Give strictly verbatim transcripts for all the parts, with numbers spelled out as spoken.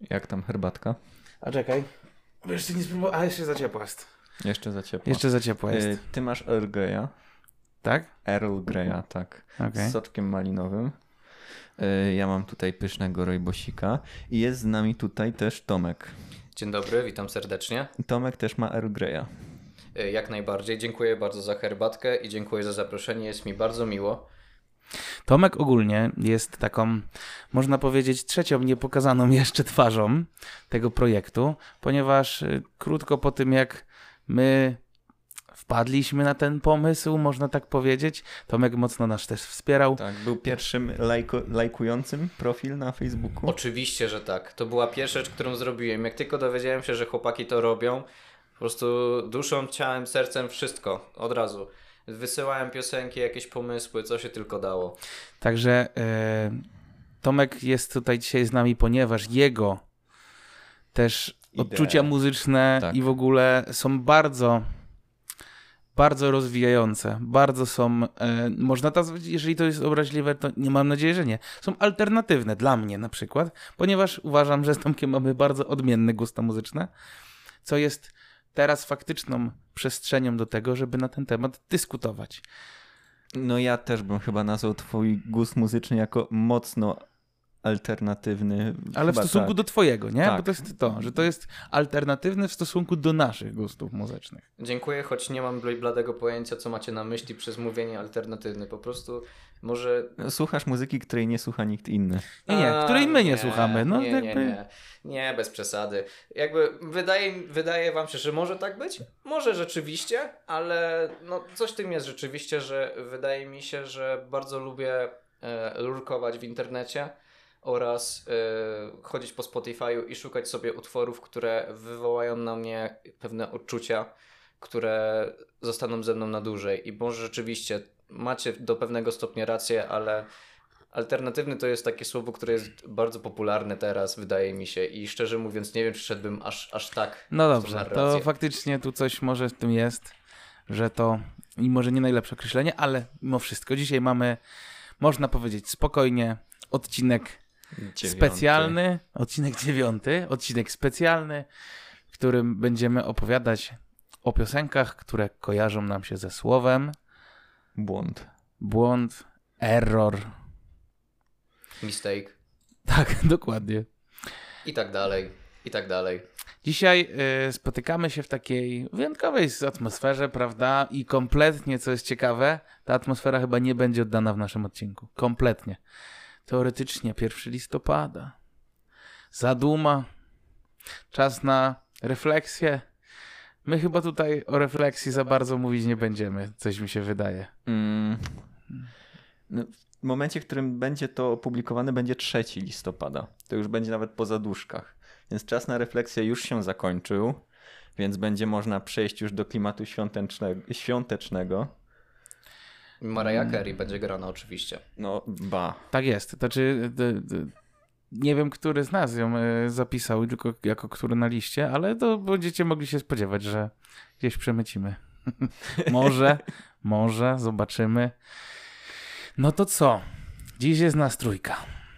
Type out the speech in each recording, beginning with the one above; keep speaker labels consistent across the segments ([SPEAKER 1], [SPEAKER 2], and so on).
[SPEAKER 1] Jak tam herbatka?
[SPEAKER 2] A czekaj. Bo jeszcze nie spróbowałem. A jeszcze za ciepła jest.
[SPEAKER 1] Jeszcze za ciepło.
[SPEAKER 2] Jeszcze za ciepła jest.
[SPEAKER 1] Y, ty masz Earl Greya.
[SPEAKER 2] Tak?
[SPEAKER 1] Earl Greya, tak.
[SPEAKER 2] Okay.
[SPEAKER 1] Z soczkiem malinowym. Y, ja mam tutaj pysznego rojbosika. I jest z nami tutaj też Tomek.
[SPEAKER 3] Dzień dobry, witam serdecznie.
[SPEAKER 1] Tomek też ma Earl Greya.
[SPEAKER 3] Jak najbardziej. Dziękuję bardzo za herbatkę i dziękuję za zaproszenie. Jest mi bardzo miło.
[SPEAKER 2] Tomek ogólnie jest taką, można powiedzieć, trzecią niepokazaną jeszcze twarzą tego projektu, ponieważ y, krótko po tym, jak my wpadliśmy na ten pomysł, można tak powiedzieć, Tomek mocno nas też wspierał.
[SPEAKER 1] Tak, był pierwszym lajko, lajkującym profil na Facebooku.
[SPEAKER 3] Oczywiście, że tak. To była pierwsza rzecz, którą zrobiłem. Jak tylko dowiedziałem się, że chłopaki to robią, po prostu duszą, ciałem, sercem, wszystko. Od razu. Wysyłałem piosenki, jakieś pomysły, co się tylko dało.
[SPEAKER 2] Także e, Tomek jest tutaj dzisiaj z nami, ponieważ jego też
[SPEAKER 1] Idee.
[SPEAKER 2] odczucia muzyczne
[SPEAKER 1] Tak.
[SPEAKER 2] i w ogóle są bardzo, bardzo rozwijające. Bardzo są, e, można to, jeżeli to jest obraźliwe, to nie mam nadziei, że nie. Są alternatywne dla mnie na przykład, ponieważ uważam, że z Tomkiem mamy bardzo odmienne gusta muzyczne, co jest teraz faktyczną przestrzenią do tego, żeby na ten temat dyskutować.
[SPEAKER 1] No ja też bym chyba nazwał twój gust muzyczny jako mocno alternatywny.
[SPEAKER 2] Ale
[SPEAKER 1] chyba
[SPEAKER 2] w stosunku
[SPEAKER 1] tak.
[SPEAKER 2] do twojego, nie?
[SPEAKER 1] Tak.
[SPEAKER 2] Bo to jest to, że to jest alternatywne w stosunku do naszych gustów muzycznych.
[SPEAKER 3] Dziękuję, choć nie mam bladego pojęcia, co macie na myśli przez mówienie alternatywny. Po prostu może...
[SPEAKER 1] Słuchasz muzyki, której nie słucha nikt inny.
[SPEAKER 2] Nie, nie,
[SPEAKER 3] A,
[SPEAKER 2] której my nie, słuchamy. No,
[SPEAKER 3] nie,
[SPEAKER 2] jakby...
[SPEAKER 3] nie, nie. Nie, bez przesady. Jakby wydaje, wydaje wam się, że może tak być? Może rzeczywiście, ale no coś w tym jest rzeczywiście, że wydaje mi się, że bardzo lubię e, lurkować w internecie oraz e, chodzić po Spotify'u i szukać sobie utworów, które wywołają na mnie pewne odczucia, które zostaną ze mną na dłużej. I może rzeczywiście macie do pewnego stopnia rację, ale alternatywny to jest takie słowo, które jest bardzo popularne teraz, wydaje mi się. I szczerze mówiąc, nie wiem, czy szedłbym aż, aż tak.
[SPEAKER 2] No
[SPEAKER 3] w tą
[SPEAKER 2] dobrze, to
[SPEAKER 3] narrację.
[SPEAKER 2] faktycznie tu coś może w tym jest, że to, i może nie najlepsze określenie, ale mimo wszystko dzisiaj mamy, można powiedzieć spokojnie, odcinek
[SPEAKER 1] Dziewiąty.
[SPEAKER 2] specjalny, odcinek dziewiąty, odcinek specjalny, w którym będziemy opowiadać o piosenkach, które kojarzą nam się ze słowem
[SPEAKER 1] Błąd.
[SPEAKER 2] błąd, error.
[SPEAKER 3] Mistake.
[SPEAKER 2] Tak, dokładnie.
[SPEAKER 3] I tak dalej. I tak dalej.
[SPEAKER 2] Dzisiaj y, spotykamy się w takiej wyjątkowej atmosferze, prawda? I kompletnie, co jest ciekawe, ta atmosfera chyba nie będzie oddana w naszym odcinku. Kompletnie. Teoretycznie pierwszego listopada. Zaduma. Czas na refleksję. My chyba tutaj o refleksji za bardzo mówić nie będziemy, coś mi się wydaje.
[SPEAKER 1] Mm. No, w momencie, w którym będzie to opublikowane, będzie trzeciego listopada. To już będzie nawet po zaduszkach. Więc czas na refleksję już się zakończył, więc będzie można przejść już do klimatu świątecznego. świątecznego.
[SPEAKER 3] Mariah Carey będzie grana oczywiście.
[SPEAKER 1] No, ba.
[SPEAKER 2] Tak jest. To znaczy, d, d, nie wiem, który z nas ją y, zapisał, tylko jako który na liście, ale to będziecie mogli się spodziewać, że gdzieś przemycimy. może, może, zobaczymy. No to co? Dziś jest nas trójka.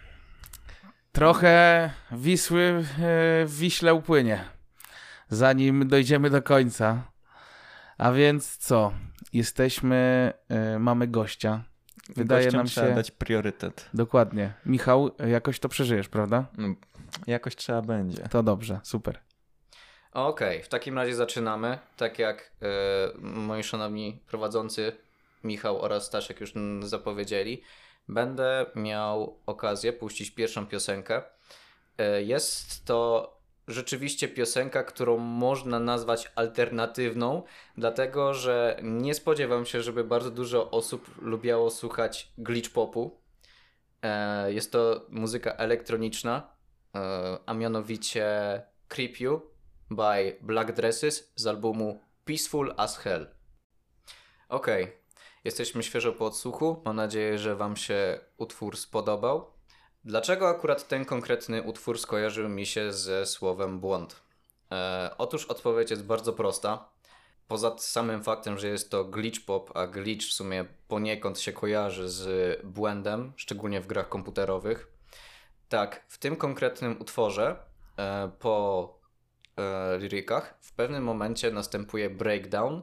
[SPEAKER 2] Trochę Wisły y, w Wiśle upłynie, zanim dojdziemy do końca. A więc co? Jesteśmy, y, mamy gościa. Wydaje
[SPEAKER 1] Gościom
[SPEAKER 2] nam
[SPEAKER 1] trzeba
[SPEAKER 2] się...
[SPEAKER 1] dać priorytet.
[SPEAKER 2] Dokładnie. Michał, jakoś to przeżyjesz, prawda?
[SPEAKER 1] No, jakoś trzeba będzie.
[SPEAKER 2] To dobrze, super.
[SPEAKER 3] Okej, w takim razie zaczynamy. Tak jak e, moi szanowni prowadzący Michał oraz Staszek już mm, zapowiedzieli, będę miał okazję puścić pierwszą piosenkę. E, jest to rzeczywiście piosenka, którą można nazwać alternatywną, dlatego że nie spodziewam się, żeby bardzo dużo osób lubiało słuchać glitch popu. E, jest to muzyka elektroniczna, e, a mianowicie Creep You by Black Dresses z albumu Peaceful as Hell. Okej, okay. Jesteśmy świeżo po odsłuchu. Mam nadzieję, że wam się utwór spodobał. Dlaczego akurat ten konkretny utwór skojarzył mi się ze słowem błąd? E, otóż odpowiedź jest bardzo prosta. Poza samym faktem, że jest to glitch pop, a glitch w sumie poniekąd się kojarzy z błędem, szczególnie w grach komputerowych. Tak, w tym konkretnym utworze e, po e, lirykach w pewnym momencie następuje breakdown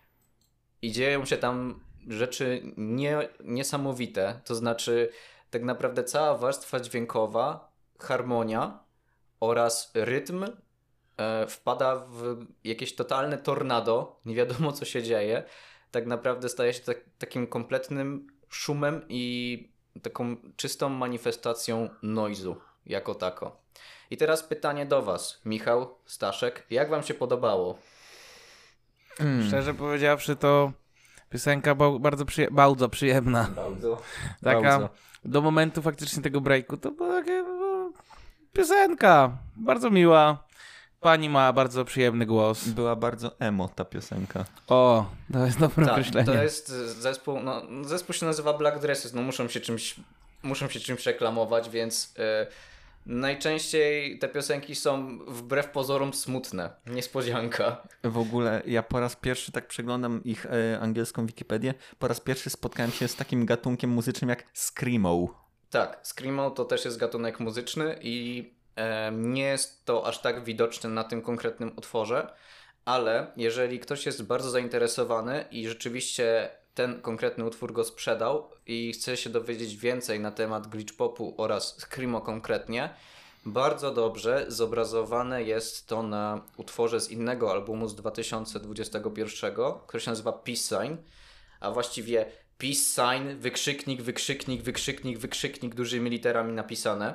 [SPEAKER 3] i dzieją się tam rzeczy nie, niesamowite, to znaczy tak naprawdę cała warstwa dźwiękowa, harmonia oraz rytm e, wpada w jakieś totalne tornado, nie wiadomo co się dzieje, tak naprawdę staje się tak, takim kompletnym szumem i taką czystą manifestacją noizu jako tako. I teraz pytanie do was, Michał, Staszek, jak wam się podobało?
[SPEAKER 2] Mm. Szczerze powiedziawszy, to piosenka ba- bardzo, przyje- bardzo przyjemna.
[SPEAKER 3] Bardzo.
[SPEAKER 2] Taka
[SPEAKER 1] Bardzo.
[SPEAKER 2] do momentu faktycznie tego breaku to była taka no, piosenka, bardzo miła. Pani ma bardzo przyjemny głos.
[SPEAKER 1] Była bardzo emo ta piosenka.
[SPEAKER 2] O, to jest dobre
[SPEAKER 3] Tak,
[SPEAKER 2] określenie.
[SPEAKER 3] to jest zespół, no zespół się nazywa Black Dresses, no muszą się czymś, muszą się czymś reklamować, więc y, najczęściej te piosenki są wbrew pozorom smutne. Niespodzianka.
[SPEAKER 1] W ogóle ja po raz pierwszy tak przeglądam ich e, angielską Wikipedię, po raz pierwszy spotkałem się z takim gatunkiem muzycznym jak screamo.
[SPEAKER 3] Tak, screamo to też jest gatunek muzyczny i e, nie jest to aż tak widoczne na tym konkretnym utworze, ale jeżeli ktoś jest bardzo zainteresowany i rzeczywiście ten konkretny utwór go sprzedał i chce się dowiedzieć więcej na temat glitch popu oraz screamo konkretnie, bardzo dobrze zobrazowane jest to na utworze z innego albumu z dwa tysiące dwudziestego pierwszego, który się nazywa Peace Sign, a właściwie Peace Sign, wykrzyknik, wykrzyknik, wykrzyknik, wykrzyknik dużymi literami napisane,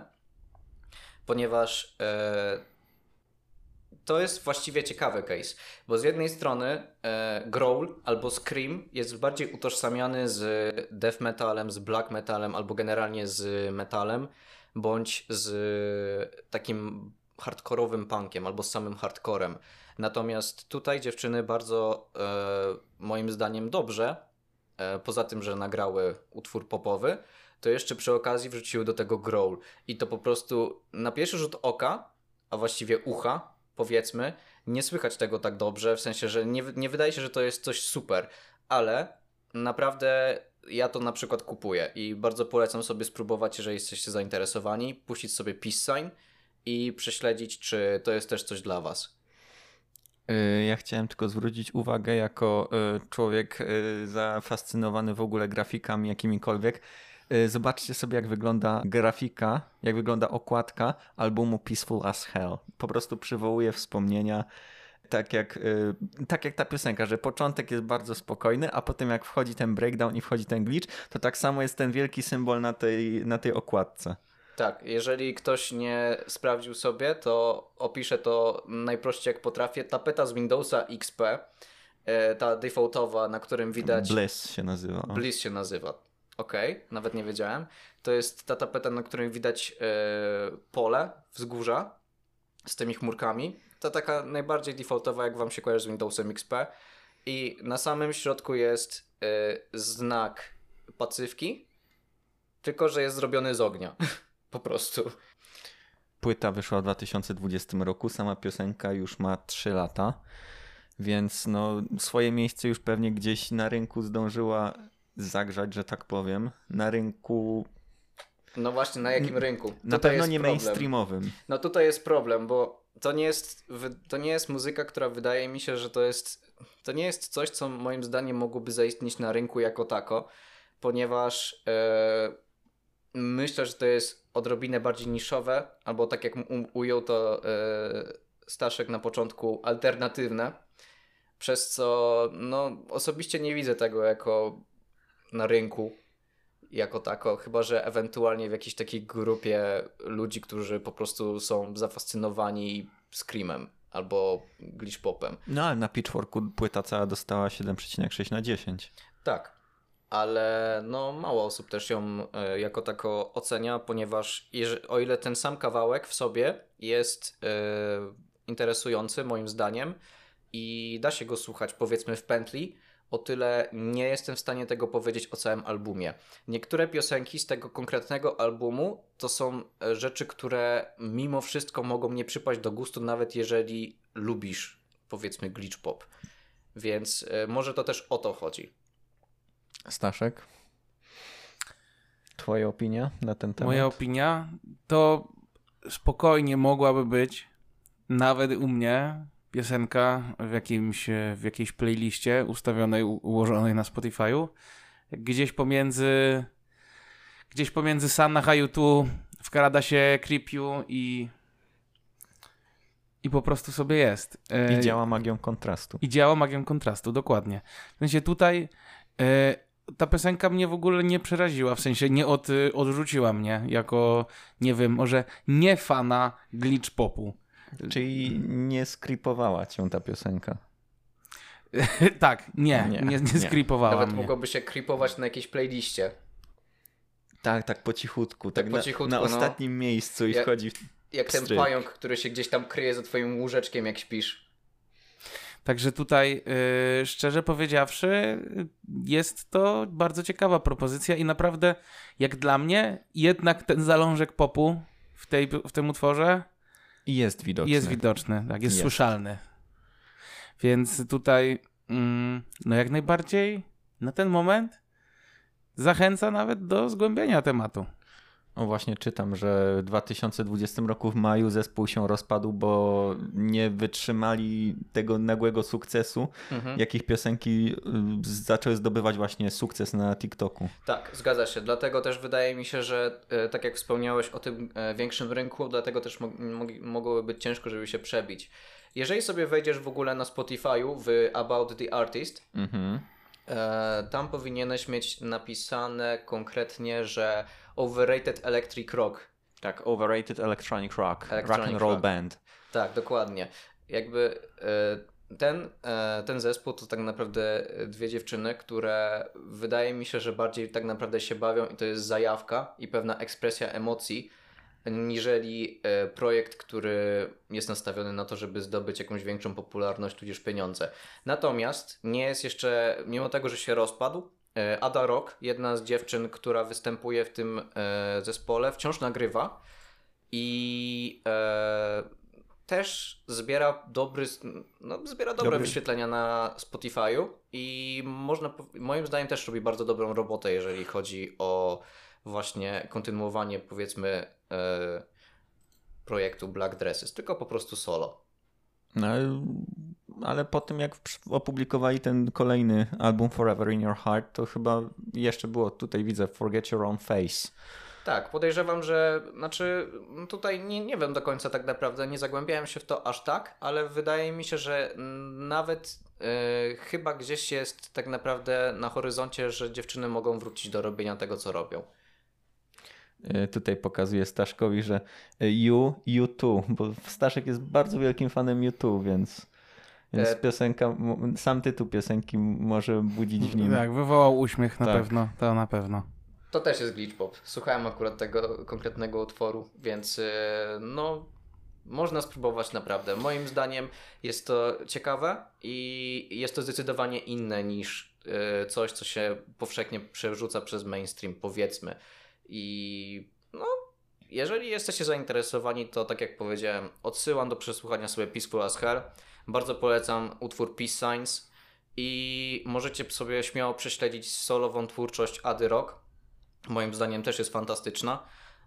[SPEAKER 3] ponieważ e, to jest właściwie ciekawy case, bo z jednej strony e, growl albo scream jest bardziej utożsamiany z death metalem, z black metalem albo generalnie z metalem, bądź z takim hardkorowym punkiem albo z samym hardcorem. Natomiast tutaj dziewczyny bardzo e, moim zdaniem dobrze, e, poza tym, że nagrały utwór popowy, to jeszcze przy okazji wrzuciły do tego growl. I to po prostu na pierwszy rzut oka, a właściwie ucha, powiedzmy, nie słychać tego tak dobrze, w sensie, że nie, nie wydaje się, że to jest coś super, ale naprawdę ja to na przykład kupuję i bardzo polecam sobie spróbować, jeżeli jesteście zainteresowani, puścić sobie Peace Sign i prześledzić, czy to jest też coś dla was.
[SPEAKER 1] Ja chciałem tylko zwrócić uwagę jako człowiek zafascynowany w ogóle grafikami jakimikolwiek. Zobaczcie sobie, jak wygląda grafika, jak wygląda okładka albumu Peaceful as Hell. Po prostu przywołuje wspomnienia, tak jak, tak jak ta piosenka, że początek jest bardzo spokojny, a potem jak wchodzi ten breakdown i wchodzi ten glitch, to tak samo jest ten wielki symbol na tej, na tej okładce.
[SPEAKER 3] Tak, jeżeli ktoś nie sprawdził sobie, to opiszę to najprościej jak potrafię. Tapeta z Windowsa X P, ta defaultowa, na którym widać...
[SPEAKER 1] Bliss się nazywa.
[SPEAKER 3] Bliss się nazywa. Okej, okay, nawet nie wiedziałem. To jest ta tapeta, na której widać yy, pole wzgórza z tymi chmurkami. To taka najbardziej defaultowa, jak wam się kojarzy z Windowsem X P. I na samym środku jest yy, znak Pacyfki, tylko że jest zrobiony z ognia. Po prostu.
[SPEAKER 1] Płyta wyszła w dwa tysiące dwudziestym roku, sama piosenka już ma trzy lata, więc no swoje miejsce już pewnie gdzieś na rynku zdążyła zagrzać, że tak powiem. Na rynku...
[SPEAKER 3] No właśnie, na jakim rynku?
[SPEAKER 1] Na
[SPEAKER 3] tutaj
[SPEAKER 1] pewno nie
[SPEAKER 3] problem.
[SPEAKER 1] mainstreamowym.
[SPEAKER 3] No tutaj jest problem, bo to nie jest, to nie jest muzyka, która wydaje mi się, że to jest, to nie jest coś, co moim zdaniem mogłoby zaistnieć na rynku jako tako, ponieważ e, myślę, że to jest odrobinę bardziej niszowe, albo tak jak ujął to e, Staszek na początku, alternatywne, przez co no osobiście nie widzę tego jako na rynku jako tako, chyba że ewentualnie w jakiejś takiej grupie ludzi, którzy po prostu są zafascynowani screamem albo glitch popem.
[SPEAKER 1] No ale na Pitchforku płyta cała dostała siedem przecinek sześć na dziesięć.
[SPEAKER 3] Tak, ale no mało osób też ją y, jako tako ocenia, ponieważ jeżeli, o ile ten sam kawałek w sobie jest y, interesujący moim zdaniem i da się go słuchać powiedzmy w pętli, o tyle nie jestem w stanie tego powiedzieć o całym albumie. Niektóre piosenki z tego konkretnego albumu to są rzeczy, które mimo wszystko mogą nie przypaść do gustu, nawet jeżeli lubisz, powiedzmy, glitch pop. Więc y, może to też o to chodzi.
[SPEAKER 1] Staszek? Twoja opinia na ten temat?
[SPEAKER 2] Moja opinia to spokojnie mogłaby być nawet u mnie piosenka w jakimś, w jakiejś playliście ustawionej, ułożonej na Spotify'u. Gdzieś pomiędzy gdzieś pomiędzy Sanna Hayutu wkrada się Creep-You i i po prostu sobie jest.
[SPEAKER 1] I działa magią kontrastu.
[SPEAKER 2] I działa magią kontrastu, dokładnie. W sensie tutaj e, ta piosenka mnie w ogóle nie przeraziła, w sensie nie od, odrzuciła mnie jako, nie wiem, może nie fana glitch popu.
[SPEAKER 1] Czyli nie skripowała cię ta piosenka?
[SPEAKER 2] Tak, nie, nie, nie, nie skripowała
[SPEAKER 3] Nawet
[SPEAKER 2] mnie.
[SPEAKER 3] mogłoby się kripować na jakiejś playliście.
[SPEAKER 1] Tak, tak po cichutku. Tak, tak po cichutku, na, na no. ostatnim miejscu i
[SPEAKER 3] jak,
[SPEAKER 1] wchodzi w
[SPEAKER 3] Jak
[SPEAKER 1] pstryk.
[SPEAKER 3] ten pająk, który się gdzieś tam kryje za twoim łóżeczkiem, jak śpisz.
[SPEAKER 2] Także tutaj, yy, szczerze powiedziawszy, jest to bardzo ciekawa propozycja i naprawdę, jak dla mnie, jednak ten zalążek popu w, tej, w tym utworze
[SPEAKER 1] jest widoczny.
[SPEAKER 2] Jest widoczny, tak, jest,
[SPEAKER 1] jest.
[SPEAKER 2] słyszalny. Więc tutaj, mm, no jak najbardziej na ten moment zachęca nawet do zgłębienia tematu.
[SPEAKER 1] O, właśnie czytam, że w dwa tysiące dwudziestym roku w maju zespół się rozpadł, bo nie wytrzymali tego nagłego sukcesu, mhm. jakich piosenki zaczęły zdobywać właśnie sukces na TikToku.
[SPEAKER 3] Tak, zgadza się. Dlatego też wydaje mi się, że tak jak wspomniałeś o tym większym rynku, dlatego też mo- mo- mogłoby być ciężko, żeby się przebić. Jeżeli sobie wejdziesz w ogóle na Spotify'u w About the Artist, mhm. e, tam powinieneś mieć napisane konkretnie, że Overrated Electric Rock.
[SPEAKER 1] Tak, Overrated Electronic Rock. Rock and Roll Band.
[SPEAKER 3] Tak, dokładnie. Jakby e, ten, e, ten zespół to tak naprawdę dwie dziewczyny, które wydaje mi się, że bardziej tak naprawdę się bawią i to jest zajawka i pewna ekspresja emocji, niżeli e, projekt, który jest nastawiony na to, żeby zdobyć jakąś większą popularność, tudzież pieniądze. Natomiast nie jest jeszcze, mimo tego, że się rozpadł, Ada Rock, jedna z dziewczyn, która występuje w tym e, zespole, wciąż nagrywa i e, też zbiera dobry, no, zbiera dobre dobry. wyświetlenia na Spotify'u i można, moim zdaniem też robi bardzo dobrą robotę, jeżeli chodzi o właśnie kontynuowanie, powiedzmy, e, projektu Black Dresses, tylko po prostu solo.
[SPEAKER 1] No, ale po tym jak opublikowali ten kolejny album Forever in Your Heart, to chyba jeszcze było, tutaj widzę, Forget Your Own Face.
[SPEAKER 3] Tak, podejrzewam, że, znaczy tutaj nie, nie wiem do końca tak naprawdę, nie zagłębiałem się w to aż tak, ale wydaje mi się, że nawet yy, chyba gdzieś jest tak naprawdę na horyzoncie, że dziewczyny mogą wrócić do robienia tego, co robią.
[SPEAKER 1] Tutaj pokazuje Staszkowi, że You, U two, bo Staszek jest bardzo wielkim fanem U two, więc, więc e... piosenka, sam tytuł piosenki może budzić w nim.
[SPEAKER 2] Tak, wywołał uśmiech na tak. pewno, to na pewno.
[SPEAKER 3] To też jest glitch pop. Słuchałem akurat tego konkretnego utworu, więc no można spróbować naprawdę. Moim zdaniem jest to ciekawe i jest to zdecydowanie inne niż coś, co się powszechnie przerzuca przez mainstream, powiedzmy. I no, jeżeli jesteście zainteresowani, to tak jak powiedziałem, odsyłam do przesłuchania sobie Peaceful as Hell. Bardzo polecam utwór Peace Signs i możecie sobie śmiało prześledzić solową twórczość Ady Rock. Moim zdaniem też jest fantastyczna.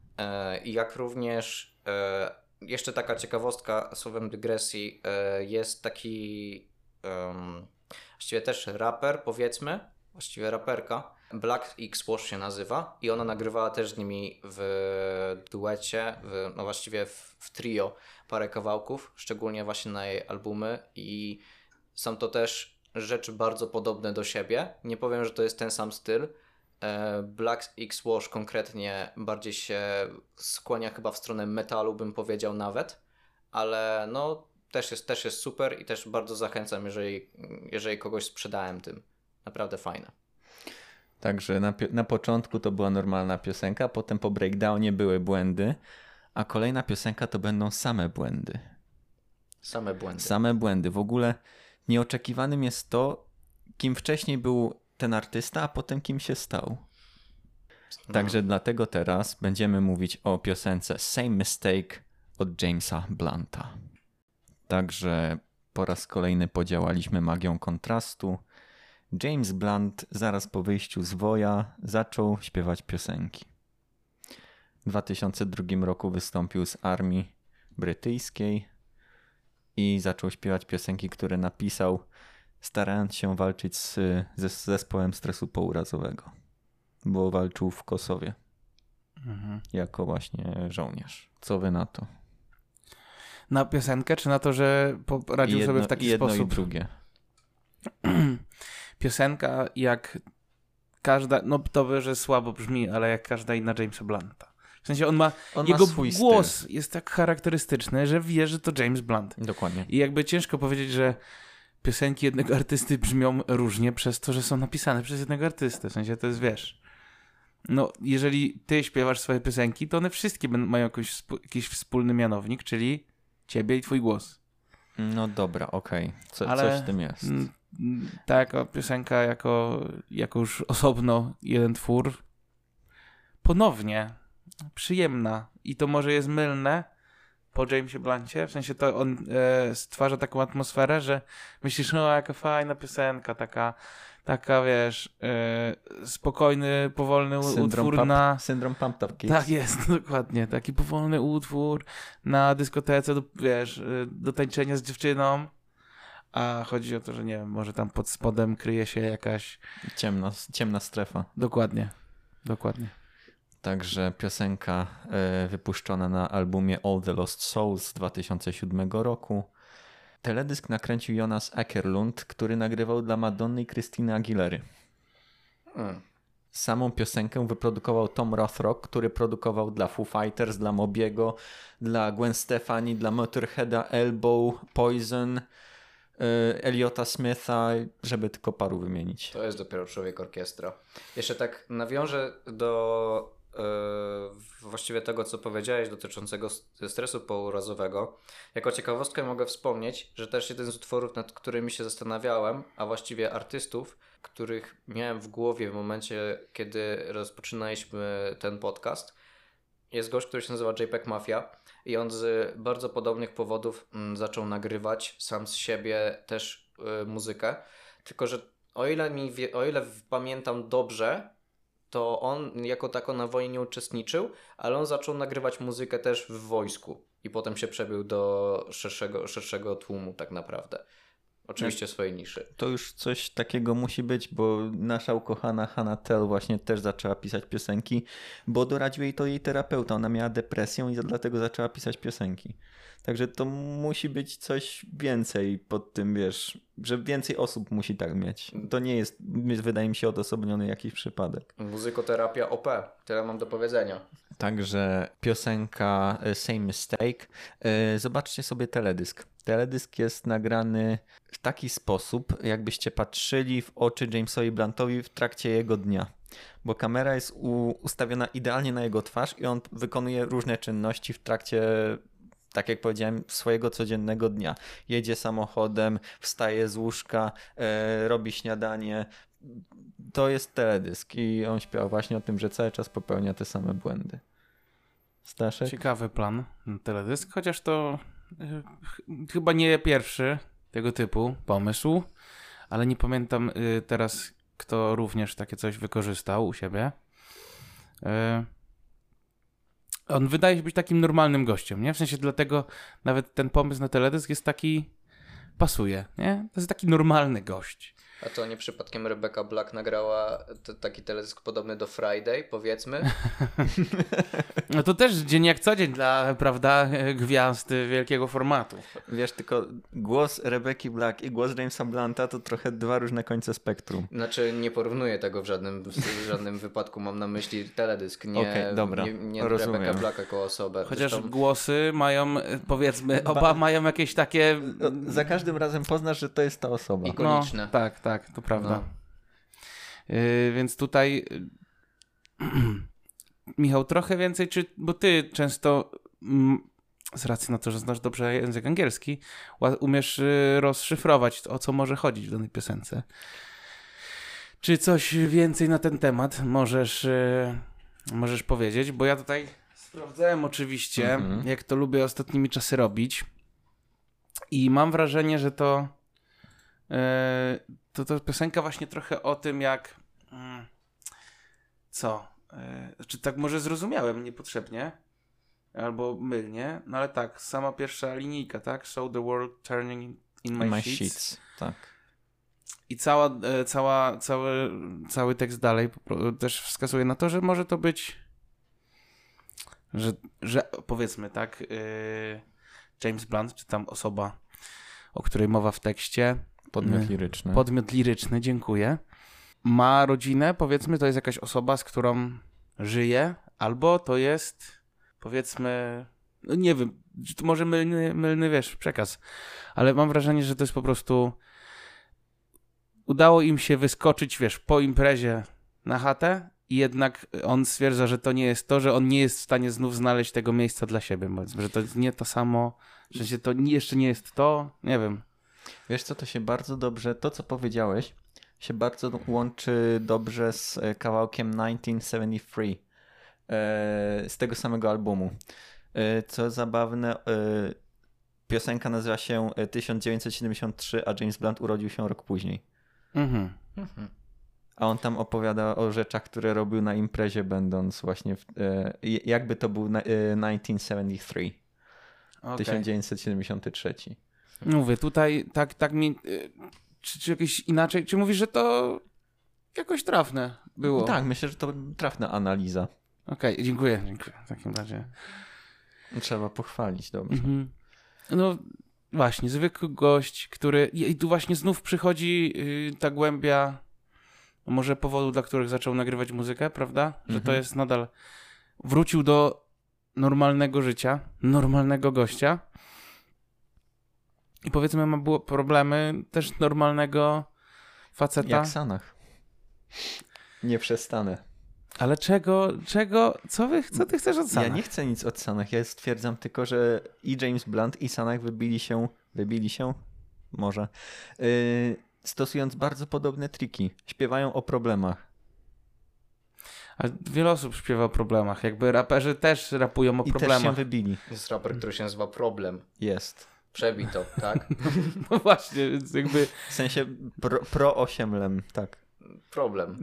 [SPEAKER 3] I jak również jeszcze taka ciekawostka słowem dygresji, jest taki um, właściwie też raper, powiedzmy, właściwie raperka, Black X Wash się nazywa i ona nagrywała też z nimi w duecie, w, no właściwie w, w trio parę kawałków, szczególnie właśnie na jej albumy i są to też rzeczy bardzo podobne do siebie. Nie powiem, że to jest ten sam styl. Black X Wash konkretnie bardziej się skłania chyba w stronę metalu, bym powiedział nawet, ale no też jest, też jest super i też bardzo zachęcam, jeżeli, jeżeli kogoś sprzedałem tym. Naprawdę fajne.
[SPEAKER 1] Także na, na początku to była normalna piosenka, potem po breakdownie były błędy, a kolejna piosenka to będą same błędy.
[SPEAKER 3] Same błędy.
[SPEAKER 1] Same błędy. W ogóle nieoczekiwanym jest to, kim wcześniej był ten artysta, a potem kim się stał. No. Także dlatego teraz będziemy mówić o piosence Same Mistake od Jamesa Blunta. Także po raz kolejny podziałaliśmy magią kontrastu. James Blunt zaraz po wyjściu z woja zaczął śpiewać piosenki. W dwa tysiące drugim roku wystąpił z armii brytyjskiej i zaczął śpiewać piosenki, które napisał, starając się walczyć z, ze zespołem stresu pourazowego, bo walczył w Kosowie mhm. jako właśnie żołnierz. Co wy na to?
[SPEAKER 2] Na piosenkę, czy na to, że poradził jedno, sobie w taki
[SPEAKER 1] jedno
[SPEAKER 2] sposób?
[SPEAKER 1] Jedno i drugie.
[SPEAKER 2] Piosenka jak każda, no to by, że słabo brzmi, ale jak każda inna Jamesa Blunta. W sensie on ma, on jego ma swój głos styl. Jest tak charakterystyczny, że wie, że to James Blunt.
[SPEAKER 1] Dokładnie.
[SPEAKER 2] I jakby ciężko powiedzieć, że piosenki jednego artysty brzmią różnie przez to, że są napisane przez jednego artystę. W sensie to jest, wiesz, no jeżeli ty śpiewasz swoje piosenki, to one wszystkie mają jakiś, jakiś wspólny mianownik, czyli ciebie i twój głos.
[SPEAKER 1] No dobra, okej. Okay. Coś w tym jest. M-
[SPEAKER 2] ta jako piosenka, jako, jako już osobno jeden twór, ponownie przyjemna. I to może jest mylne po Jamesie Bluncie, w sensie to on e, stwarza taką atmosferę, że myślisz, no jaka fajna piosenka, taka, taka wiesz, e, spokojny, powolny
[SPEAKER 1] syndrom
[SPEAKER 2] utwór
[SPEAKER 1] pump,
[SPEAKER 2] na...
[SPEAKER 1] Syndrom Pumped Up Kids.
[SPEAKER 2] Tak jest, dokładnie. Taki powolny utwór na dyskotece, do, wiesz, do tańczenia z dziewczyną, a chodzi o to, że nie wiem, może tam pod spodem kryje się jakaś...
[SPEAKER 1] Ciemna, ciemna strefa.
[SPEAKER 2] Dokładnie, dokładnie.
[SPEAKER 1] Także piosenka y, wypuszczona na albumie All the Lost Souls z dwa tysiące siódmego roku. Teledysk nakręcił Jonas Åkerlund, który nagrywał dla Madonny i Christiny Aguilery. Hmm. Samą piosenkę wyprodukował Tom Rothrock, który produkował dla Foo Fighters, dla Mobiego, dla Gwen Stefani, dla Motorheada, Elbow, Poison, y, Eliota Smitha, żeby tylko paru wymienić.
[SPEAKER 3] To jest dopiero człowiek orkiestra. Jeszcze tak nawiążę do Yy, właściwie tego, co powiedziałeś dotyczącego stresu pourazowego. Jako ciekawostkę mogę wspomnieć, że też jeden z utworów, nad którymi się zastanawiałem, a właściwie artystów, których miałem w głowie w momencie, kiedy rozpoczynaliśmy ten podcast, jest gość, który się nazywa J P E G Mafia i on z bardzo podobnych powodów m, zaczął nagrywać sam z siebie też y, muzykę, tylko że o ile, mi wie, o ile pamiętam dobrze, to on jako tako na wojnie nie uczestniczył, ale on zaczął nagrywać muzykę też w wojsku i potem się przebił do szerszego, szerszego tłumu tak naprawdę. Oczywiście w swojej niszy.
[SPEAKER 1] To już coś takiego musi być, bo nasza ukochana Hannah Tell właśnie też zaczęła pisać piosenki, bo doradził jej to jej terapeuta. Ona miała depresję i dlatego zaczęła pisać piosenki. Także to musi być coś więcej pod tym, wiesz, że więcej osób musi tak mieć. To nie jest, wydaje mi się, odosobniony jakiś przypadek.
[SPEAKER 3] Muzykoterapia O P. Tyle mam do powiedzenia.
[SPEAKER 1] Także piosenka Same Mistake. Zobaczcie sobie teledysk. Teledysk jest nagrany w taki sposób, jakbyście patrzyli w oczy Jamesowi Bluntowi w trakcie jego dnia. Bo kamera jest u, ustawiona idealnie na jego twarz i on wykonuje różne czynności w trakcie, tak jak powiedziałem, swojego codziennego dnia. Jedzie samochodem, wstaje z łóżka, e, robi śniadanie. To jest teledysk i on śpiewa właśnie o tym, że cały czas popełnia te same błędy. Staszek?
[SPEAKER 2] Ciekawy plan na teledysk, chociaż to y, ch- chyba nie pierwszy tego typu pomysł, ale nie pamiętam y, teraz, kto również takie coś wykorzystał u siebie. Y, on wydaje się być takim normalnym gościem, nie? W sensie dlatego nawet ten pomysł na teledysk jest taki, pasuje, nie? To jest taki normalny gość.
[SPEAKER 3] A to nie przypadkiem Rebecca Black nagrała t- taki teledysk podobny do Friday, powiedzmy?
[SPEAKER 2] No to też dzień jak co dzień dla, prawda, gwiazd wielkiego formatu.
[SPEAKER 1] Wiesz, tylko głos Rebecki Black i głos Jamesa Blunta to trochę dwa różne końce spektrum.
[SPEAKER 3] Znaczy nie porównuję tego w żadnym, w żadnym wypadku, mam na myśli teledysk, nie,
[SPEAKER 1] okay, dobra,
[SPEAKER 3] nie, nie Rebecca Black jako osobę.
[SPEAKER 2] Chociaż
[SPEAKER 3] Zresztą...
[SPEAKER 2] głosy mają, powiedzmy, oba ba... mają jakieś takie...
[SPEAKER 1] No, za każdym razem poznasz, że to jest ta osoba.
[SPEAKER 3] Ikoniczne.
[SPEAKER 2] No, tak, tak, to prawda. No. Yy, więc tutaj Michał, trochę więcej, czy, bo ty często mm, z racji na to, że znasz dobrze język angielski, umiesz y, rozszyfrować, o co może chodzić w danej piosence. Czy coś więcej na ten temat możesz, y, możesz powiedzieć? Bo ja tutaj sprawdzałem oczywiście, mm-hmm. jak to lubię ostatnimi czasy robić i mam wrażenie, że to y, to, to piosenka właśnie trochę o tym, jak mm, co? e, czy tak może zrozumiałem niepotrzebnie, albo mylnie, no ale tak, sama pierwsza linijka, tak? Show the world turning in my,
[SPEAKER 1] My
[SPEAKER 2] sheets.
[SPEAKER 1] sheets. Tak.
[SPEAKER 2] I cała, e, cała, cały, cały tekst dalej też wskazuje na to, że może to być, że, że powiedzmy tak, yy, James Blunt, czy tam osoba, o której mowa w tekście.
[SPEAKER 1] Podmiot
[SPEAKER 2] yy,
[SPEAKER 1] liryczny.
[SPEAKER 2] Podmiot liryczny, dziękuję. Ma rodzinę, powiedzmy, to jest jakaś osoba, z którą żyje, albo to jest, powiedzmy, no nie wiem, to może mylny, mylny, wiesz, przekaz, ale mam wrażenie, że to jest po prostu udało im się wyskoczyć, wiesz, po imprezie na chatę i jednak on stwierdza, że to nie jest to, że on nie jest w stanie znów znaleźć tego miejsca dla siebie, powiedzmy, że to jest nie to samo, że się to nie, jeszcze nie jest to, nie wiem.
[SPEAKER 1] Wiesz co, to się bardzo dobrze, to co powiedziałeś, się bardzo łączy dobrze z kawałkiem tysiąc dziewięćset siedemdziesiąt trzy z tego samego albumu. Co zabawne, piosenka nazywa się tysiąc dziewięćset siedemdziesiąt trzy, a James Blunt urodził się rok później.
[SPEAKER 2] Mhm.
[SPEAKER 1] A on tam opowiada o rzeczach, które robił na imprezie, będąc właśnie w, jakby to był tysiąc dziewięćset siedemdziesiąt trzy.
[SPEAKER 2] Okay.
[SPEAKER 1] tysiąc dziewięćset siedemdziesiąt trzy.
[SPEAKER 2] Mówię, tutaj tak, tak mi... Czy, czy jakieś inaczej? Czy mówisz, że to jakoś trafne było?
[SPEAKER 1] Tak, myślę, że to trafna analiza.
[SPEAKER 2] Okej, okay, dziękuję, dziękuję. W takim razie.
[SPEAKER 1] Trzeba pochwalić, dobrze.
[SPEAKER 2] Mhm. No właśnie, zwykły gość, który... I tu właśnie znów przychodzi yy, ta głębia, może powodu, dla których zaczął nagrywać muzykę, prawda? Że
[SPEAKER 1] mhm.
[SPEAKER 2] to jest nadal... Wrócił do normalnego życia, normalnego gościa. I powiedzmy, ma było problemy też normalnego faceta.
[SPEAKER 1] Jak Sanach. Nie przestanę.
[SPEAKER 2] Ale czego, czego, co wy, co ty chcesz od Sanach?
[SPEAKER 1] Ja nie chcę nic od Sanach, ja stwierdzam tylko, że i James Blunt i Sanach wybili się, wybili się, może, yy, stosując bardzo podobne triki. Śpiewają o problemach.
[SPEAKER 2] Ale wiele osób śpiewa o problemach, jakby raperzy też rapują o
[SPEAKER 1] I
[SPEAKER 2] problemach.
[SPEAKER 1] też się wybili.
[SPEAKER 3] Jest raper, który się nazywa Problem.
[SPEAKER 1] Jest.
[SPEAKER 3] Przebij to, tak?
[SPEAKER 2] No właśnie, więc jakby...
[SPEAKER 1] W sensie pro, pro osiemlem, tak.
[SPEAKER 3] Problem.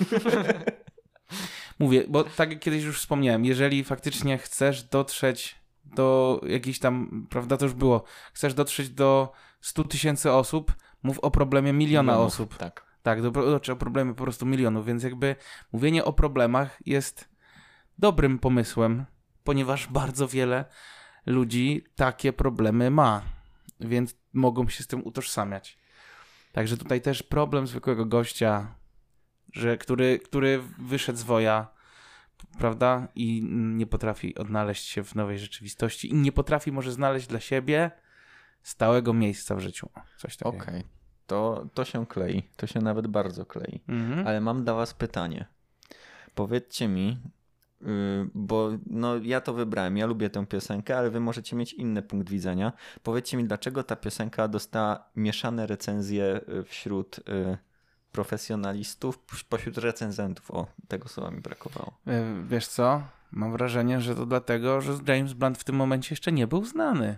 [SPEAKER 2] Mówię, bo tak jak kiedyś już wspomniałem, jeżeli faktycznie chcesz dotrzeć do jakiejś tam, prawda, to już było, chcesz dotrzeć do stu tysięcy osób, mów o problemie miliona
[SPEAKER 1] Milionów,
[SPEAKER 2] osób.
[SPEAKER 1] Tak.
[SPEAKER 2] Tak, do, o problemie po prostu milionów, więc jakby mówienie o problemach jest dobrym pomysłem, ponieważ bardzo wiele ludzi takie problemy ma, więc mogą się z tym utożsamiać. Także tutaj też problem zwykłego gościa, że, który, który wyszedł z woja, prawda, i nie potrafi odnaleźć się w nowej rzeczywistości i nie potrafi może znaleźć dla siebie stałego miejsca w życiu. Coś takiego.
[SPEAKER 1] Okej, okay. to, to się klei, to się nawet bardzo klei.
[SPEAKER 2] Mhm.
[SPEAKER 1] Ale mam dla was pytanie. Powiedzcie mi, Yy, bo no, ja to wybrałem, ja lubię tę piosenkę, ale wy możecie mieć inny punkt widzenia. Powiedzcie mi, dlaczego ta piosenka dostała mieszane recenzje wśród yy, profesjonalistów, pośród recenzentów. O, tego słowa mi brakowało.
[SPEAKER 2] Yy, wiesz co? Mam wrażenie, że to dlatego, że James Blunt w tym momencie jeszcze nie był znany.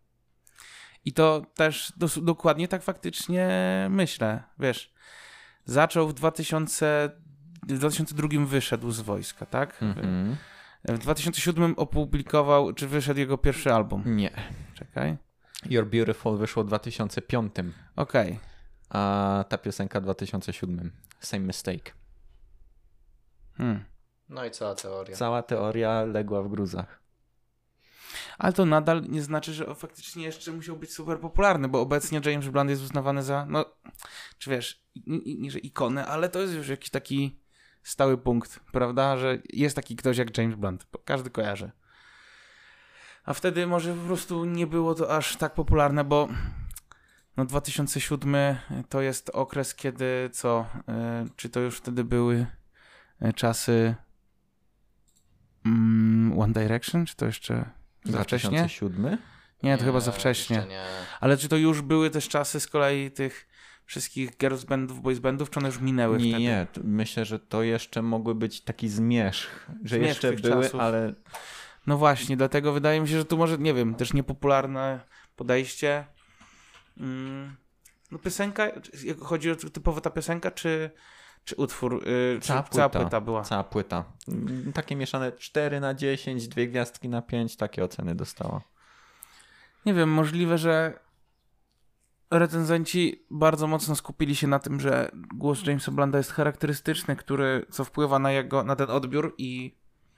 [SPEAKER 2] I to też dos- dokładnie tak faktycznie myślę. Wiesz, zaczął w dwa tysiące W dwa tysiące drugim wyszedł z wojska, tak?
[SPEAKER 1] Mm-hmm.
[SPEAKER 2] W dwa tysiące siódmym opublikował, czy wyszedł jego pierwszy album?
[SPEAKER 1] Nie.
[SPEAKER 2] Czekaj.
[SPEAKER 1] You're Beautiful wyszło w dwa tysiące piątym.
[SPEAKER 2] Okej. Okay.
[SPEAKER 1] A ta piosenka w dwa tysiące siódmym. Same Mistake.
[SPEAKER 2] Hmm.
[SPEAKER 3] No i cała teoria.
[SPEAKER 1] Cała teoria legła w gruzach.
[SPEAKER 2] Ale to nadal nie znaczy, że faktycznie jeszcze musiał być super popularny, bo obecnie James Blunt jest uznawany za, no, czy wiesz, nie że ikonę, ale to jest już jakiś taki stały punkt, prawda, że jest taki ktoś jak James Blunt, każdy kojarzy. A wtedy może po prostu nie było to aż tak popularne, bo no dwa tysiące siódmy to jest okres, kiedy co, yy, czy to już wtedy były czasy mm, One Direction, czy to jeszcze za wcześnie?
[SPEAKER 1] dwa tysiące siódmy?
[SPEAKER 2] Nie, to
[SPEAKER 3] nie,
[SPEAKER 2] chyba za wcześnie.
[SPEAKER 3] Nie.
[SPEAKER 2] Ale czy to już były też czasy z kolei tych wszystkich girls bandów, boys bandów, czy one już minęły
[SPEAKER 1] nie,
[SPEAKER 2] wtedy?
[SPEAKER 1] Nie, myślę, że to jeszcze mogły być taki zmierzch, że
[SPEAKER 2] Zmierzch
[SPEAKER 1] jeszcze
[SPEAKER 2] tych
[SPEAKER 1] były,
[SPEAKER 2] czasów.
[SPEAKER 1] ale...
[SPEAKER 2] No właśnie, dlatego wydaje mi się, że tu może, nie wiem, też niepopularne podejście. Mm, no piosenka, jak chodzi o typowo ta piosenka, czy, Czy utwór, yy,
[SPEAKER 1] Cała
[SPEAKER 2] czy
[SPEAKER 1] płyta.
[SPEAKER 2] cała płyta była?
[SPEAKER 1] Cała płyta. Takie mieszane cztery na dziesięć, dwie gwiazdki na pięć, takie oceny dostała.
[SPEAKER 2] Nie wiem, możliwe, że recenzenci bardzo mocno skupili się na tym, że głos Jamesa Blunda jest charakterystyczny, który, co wpływa na jego, na ten odbiór i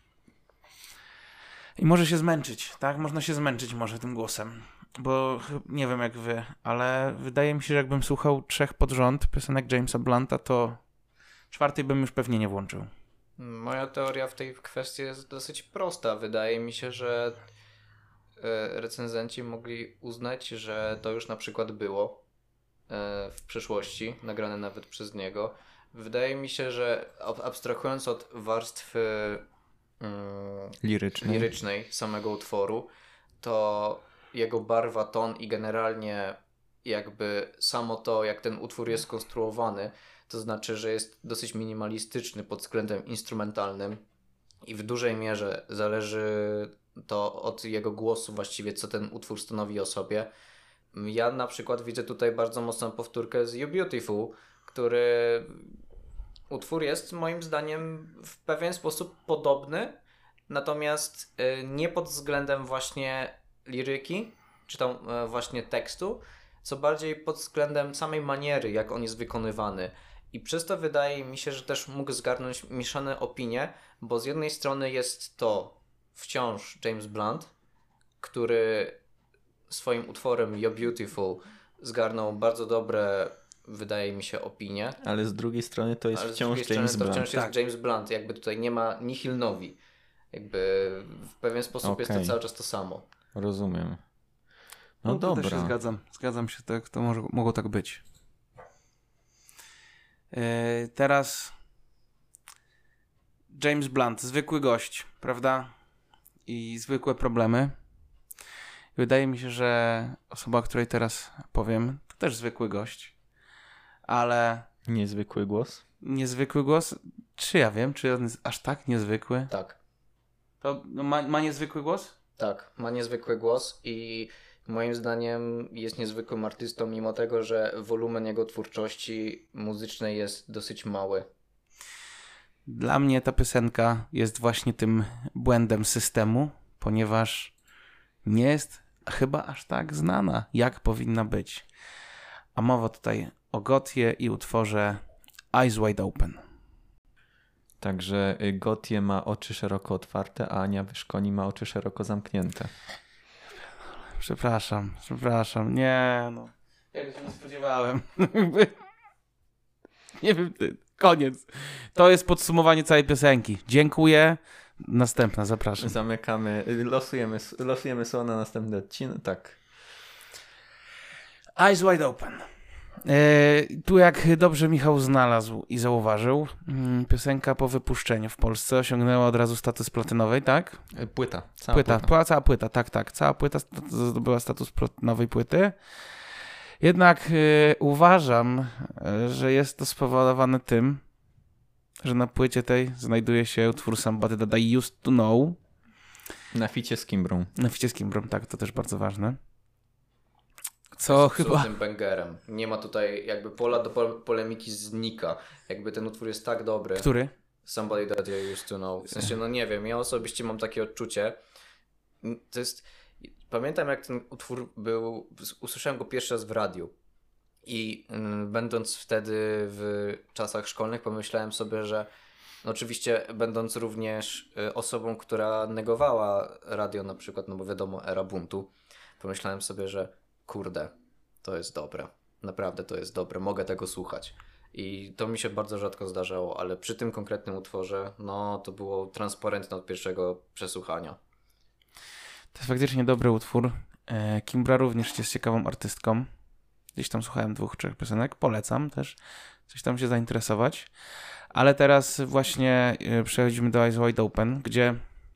[SPEAKER 2] i może się zmęczyć, tak? Można się zmęczyć może tym głosem, bo nie wiem jak wy, ale wydaje mi się, że jakbym słuchał trzech pod rząd piosenek Jamesa Blunta, to czwartej bym już pewnie nie włączył.
[SPEAKER 3] Moja teoria w tej kwestii jest dosyć prosta. Wydaje mi się, że recenzenci mogli uznać, że to już na przykład było w przeszłości, nagrane nawet przez niego. Wydaje mi się, że abstrahując od warstwy mm,
[SPEAKER 1] lirycznej.
[SPEAKER 3] lirycznej samego utworu, to jego barwa, ton i generalnie jakby samo to, jak ten utwór jest skonstruowany, to znaczy, że jest dosyć minimalistyczny pod względem instrumentalnym i w dużej mierze zależy to od jego głosu właściwie, co ten utwór stanowi o sobie. Ja na przykład widzę tutaj bardzo mocną powtórkę z You Beautiful, który utwór jest moim zdaniem w pewien sposób podobny, natomiast nie pod względem właśnie liryki, czy tam właśnie tekstu, co bardziej pod względem samej maniery, jak on jest wykonywany. I przez to wydaje mi się, że też mógł zgarnąć mieszane opinie, bo z jednej strony jest to wciąż James Blunt, który swoim utworem You're Beautiful zgarnął bardzo dobre, wydaje mi się, opinie.
[SPEAKER 1] Ale z drugiej strony to jest
[SPEAKER 3] Ale
[SPEAKER 1] wciąż
[SPEAKER 3] z
[SPEAKER 1] James
[SPEAKER 3] to
[SPEAKER 1] Blunt.
[SPEAKER 3] wciąż jest tak. James Blunt, jakby tutaj nie ma nihil novi. Jakby w pewien sposób okay. jest to cały czas to samo.
[SPEAKER 1] Rozumiem. No,
[SPEAKER 2] no
[SPEAKER 1] dobra.
[SPEAKER 2] Też się zgadzam. Zgadzam się, tak, to może, mogło tak być. Yy, teraz James Blunt, zwykły gość, prawda? I zwykłe problemy. Wydaje mi się, że osoba, o której teraz powiem, to też zwykły gość, ale...
[SPEAKER 1] Niezwykły głos?
[SPEAKER 2] Niezwykły głos? Czy ja wiem, czy on jest aż tak niezwykły?
[SPEAKER 3] Tak.
[SPEAKER 2] To no, ma, ma niezwykły głos?
[SPEAKER 3] Tak, ma niezwykły głos i moim zdaniem jest niezwykłym artystą, mimo tego, że wolumen jego twórczości muzycznej jest dosyć mały.
[SPEAKER 2] Dla mnie ta piosenka jest właśnie tym błędem systemu, ponieważ nie jest chyba aż tak znana, jak powinna być. A mowa tutaj o Gothie i utworze Eyes Wide Open.
[SPEAKER 1] Także Gothie ma oczy szeroko otwarte, a Ania Wyszkoni ma oczy szeroko zamknięte.
[SPEAKER 2] Przepraszam, przepraszam. Nie, no. Ja się nie spodziewałem. Nie wiem, koniec. To jest podsumowanie całej piosenki. Dziękuję. Następna, zapraszam.
[SPEAKER 1] Zamykamy, losujemy, losujemy słowa na następny odcinek. Tak.
[SPEAKER 2] Eyes Wide Open. Yy, tu jak dobrze Michał znalazł i zauważył, yy, piosenka po wypuszczeniu w Polsce osiągnęła od razu status platynowej, tak?
[SPEAKER 1] Płyta. Cała
[SPEAKER 2] płyta,
[SPEAKER 1] płyta.
[SPEAKER 2] Cała płyta, tak, tak. Cała płyta zdobyła status nowej płyty. Jednak yy, uważam, yy, że jest to spowodowane tym, że na płycie tej znajduje się utwór Somebody That I Used To Know.
[SPEAKER 1] Na ficie z Kimbrą.
[SPEAKER 2] Na ficie z Kimbrą, tak, to też bardzo ważne. Co
[SPEAKER 3] jest
[SPEAKER 2] chyba...
[SPEAKER 3] absolutnym bangerem. Nie ma tutaj jakby pola do pol- polemiki znika. Jakby ten utwór jest tak dobry.
[SPEAKER 2] Który?
[SPEAKER 3] Somebody That I Used To Know. W sensie, no nie wiem, ja osobiście mam takie odczucie. To jest... Pamiętam jak ten utwór był... Usłyszałem go pierwszy raz w radiu. I mm, będąc wtedy w czasach szkolnych pomyślałem sobie, że no oczywiście będąc również y, osobą, która negowała radio na przykład, no bo wiadomo, era buntu, pomyślałem sobie, że kurde, to jest dobre. Naprawdę to jest dobre, mogę tego słuchać. I to mi się bardzo rzadko zdarzało, ale przy tym konkretnym utworze, no to było transparentne od pierwszego przesłuchania.
[SPEAKER 2] To jest faktycznie dobry utwór. Kimbra również jest ciekawą artystką. Gdzieś tam słuchałem dwóch, trzech piosenek. Polecam też coś tam się zainteresować. Ale teraz właśnie przechodzimy do Eyes Wide Open, gdzie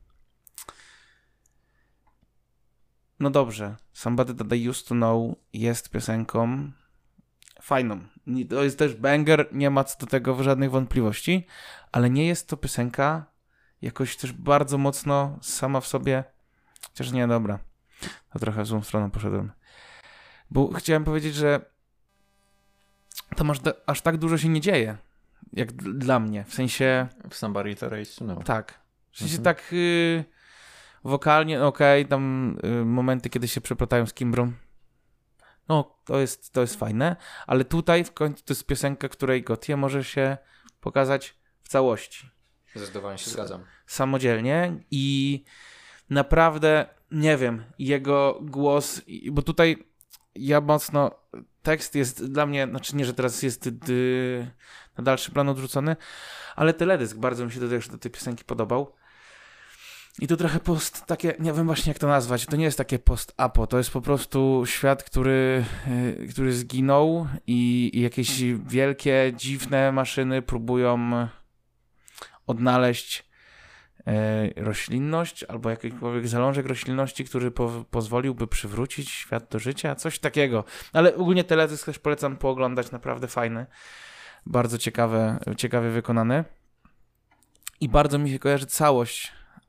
[SPEAKER 2] no dobrze, Somebody That I Used To Know jest piosenką fajną. To jest też banger, nie ma co do tego żadnych wątpliwości, ale nie jest to piosenka jakoś też bardzo mocno sama w sobie, chociaż nie, dobra, to trochę w złą stronę poszedłem. Bo chciałem powiedzieć, że tam aż, aż tak dużo się nie dzieje. Jak d- dla mnie. W sensie...
[SPEAKER 1] W Somebody to Race to Know.
[SPEAKER 2] Tak. W sensie
[SPEAKER 1] Mhm.
[SPEAKER 2] tak y, wokalnie, no okej, okay, tam y, momenty, kiedy się przeplatają z Kimbrą. No, to jest, to jest fajne, ale tutaj w końcu to jest piosenka, której Gotye może się pokazać w całości.
[SPEAKER 3] Zdecydowanie się zgadzam.
[SPEAKER 2] Samodzielnie i naprawdę, nie wiem, jego głos, bo tutaj ja mocno, tekst jest dla mnie, znaczy nie, że teraz jest dy, na dalszy plan odrzucony, ale teledysk bardzo mi się do, tej- do tej piosenki podobał. I tu trochę post, takie, nie wiem właśnie jak to nazwać, to nie jest takie post-apo, to jest po prostu świat, który, yy, który zginął i, i jakieś wielkie, dziwne maszyny próbują odnaleźć yy, roślinność albo jakikolwiek zalążek roślinności, który po, pozwoliłby przywrócić świat do życia, coś takiego. Ale ogólnie teledysk też polecam pooglądać, naprawdę fajny, bardzo ciekawe, ciekawie wykonany. I bardzo mi się kojarzy całość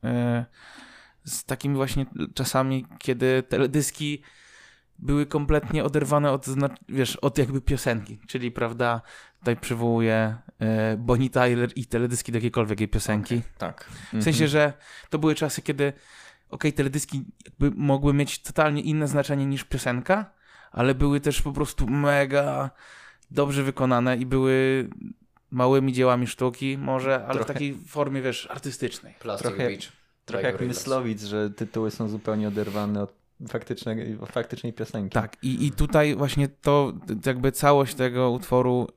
[SPEAKER 2] z takimi właśnie czasami, kiedy teledyski były kompletnie oderwane od, wiesz, od jakby piosenki, czyli prawda, tutaj przywołuję e, Bonnie Tyler i teledyski do jakiejkolwiek jej piosenki.
[SPEAKER 1] Okay, tak.
[SPEAKER 2] W sensie, że to były czasy, kiedy okej, teledyski jakby mogły mieć totalnie inne znaczenie niż piosenka, ale były też po prostu mega dobrze wykonane i były małymi dziełami sztuki może, ale
[SPEAKER 1] Trochę...
[SPEAKER 2] w takiej formie, wiesz, artystycznej.
[SPEAKER 3] Plastic
[SPEAKER 1] Trochę...
[SPEAKER 3] Beach.
[SPEAKER 1] Trochę jak Myslowic, że tytuły są zupełnie oderwane od faktycznej, faktycznej piosenki.
[SPEAKER 2] Tak, i, i tutaj właśnie to, jakby całość tego utworu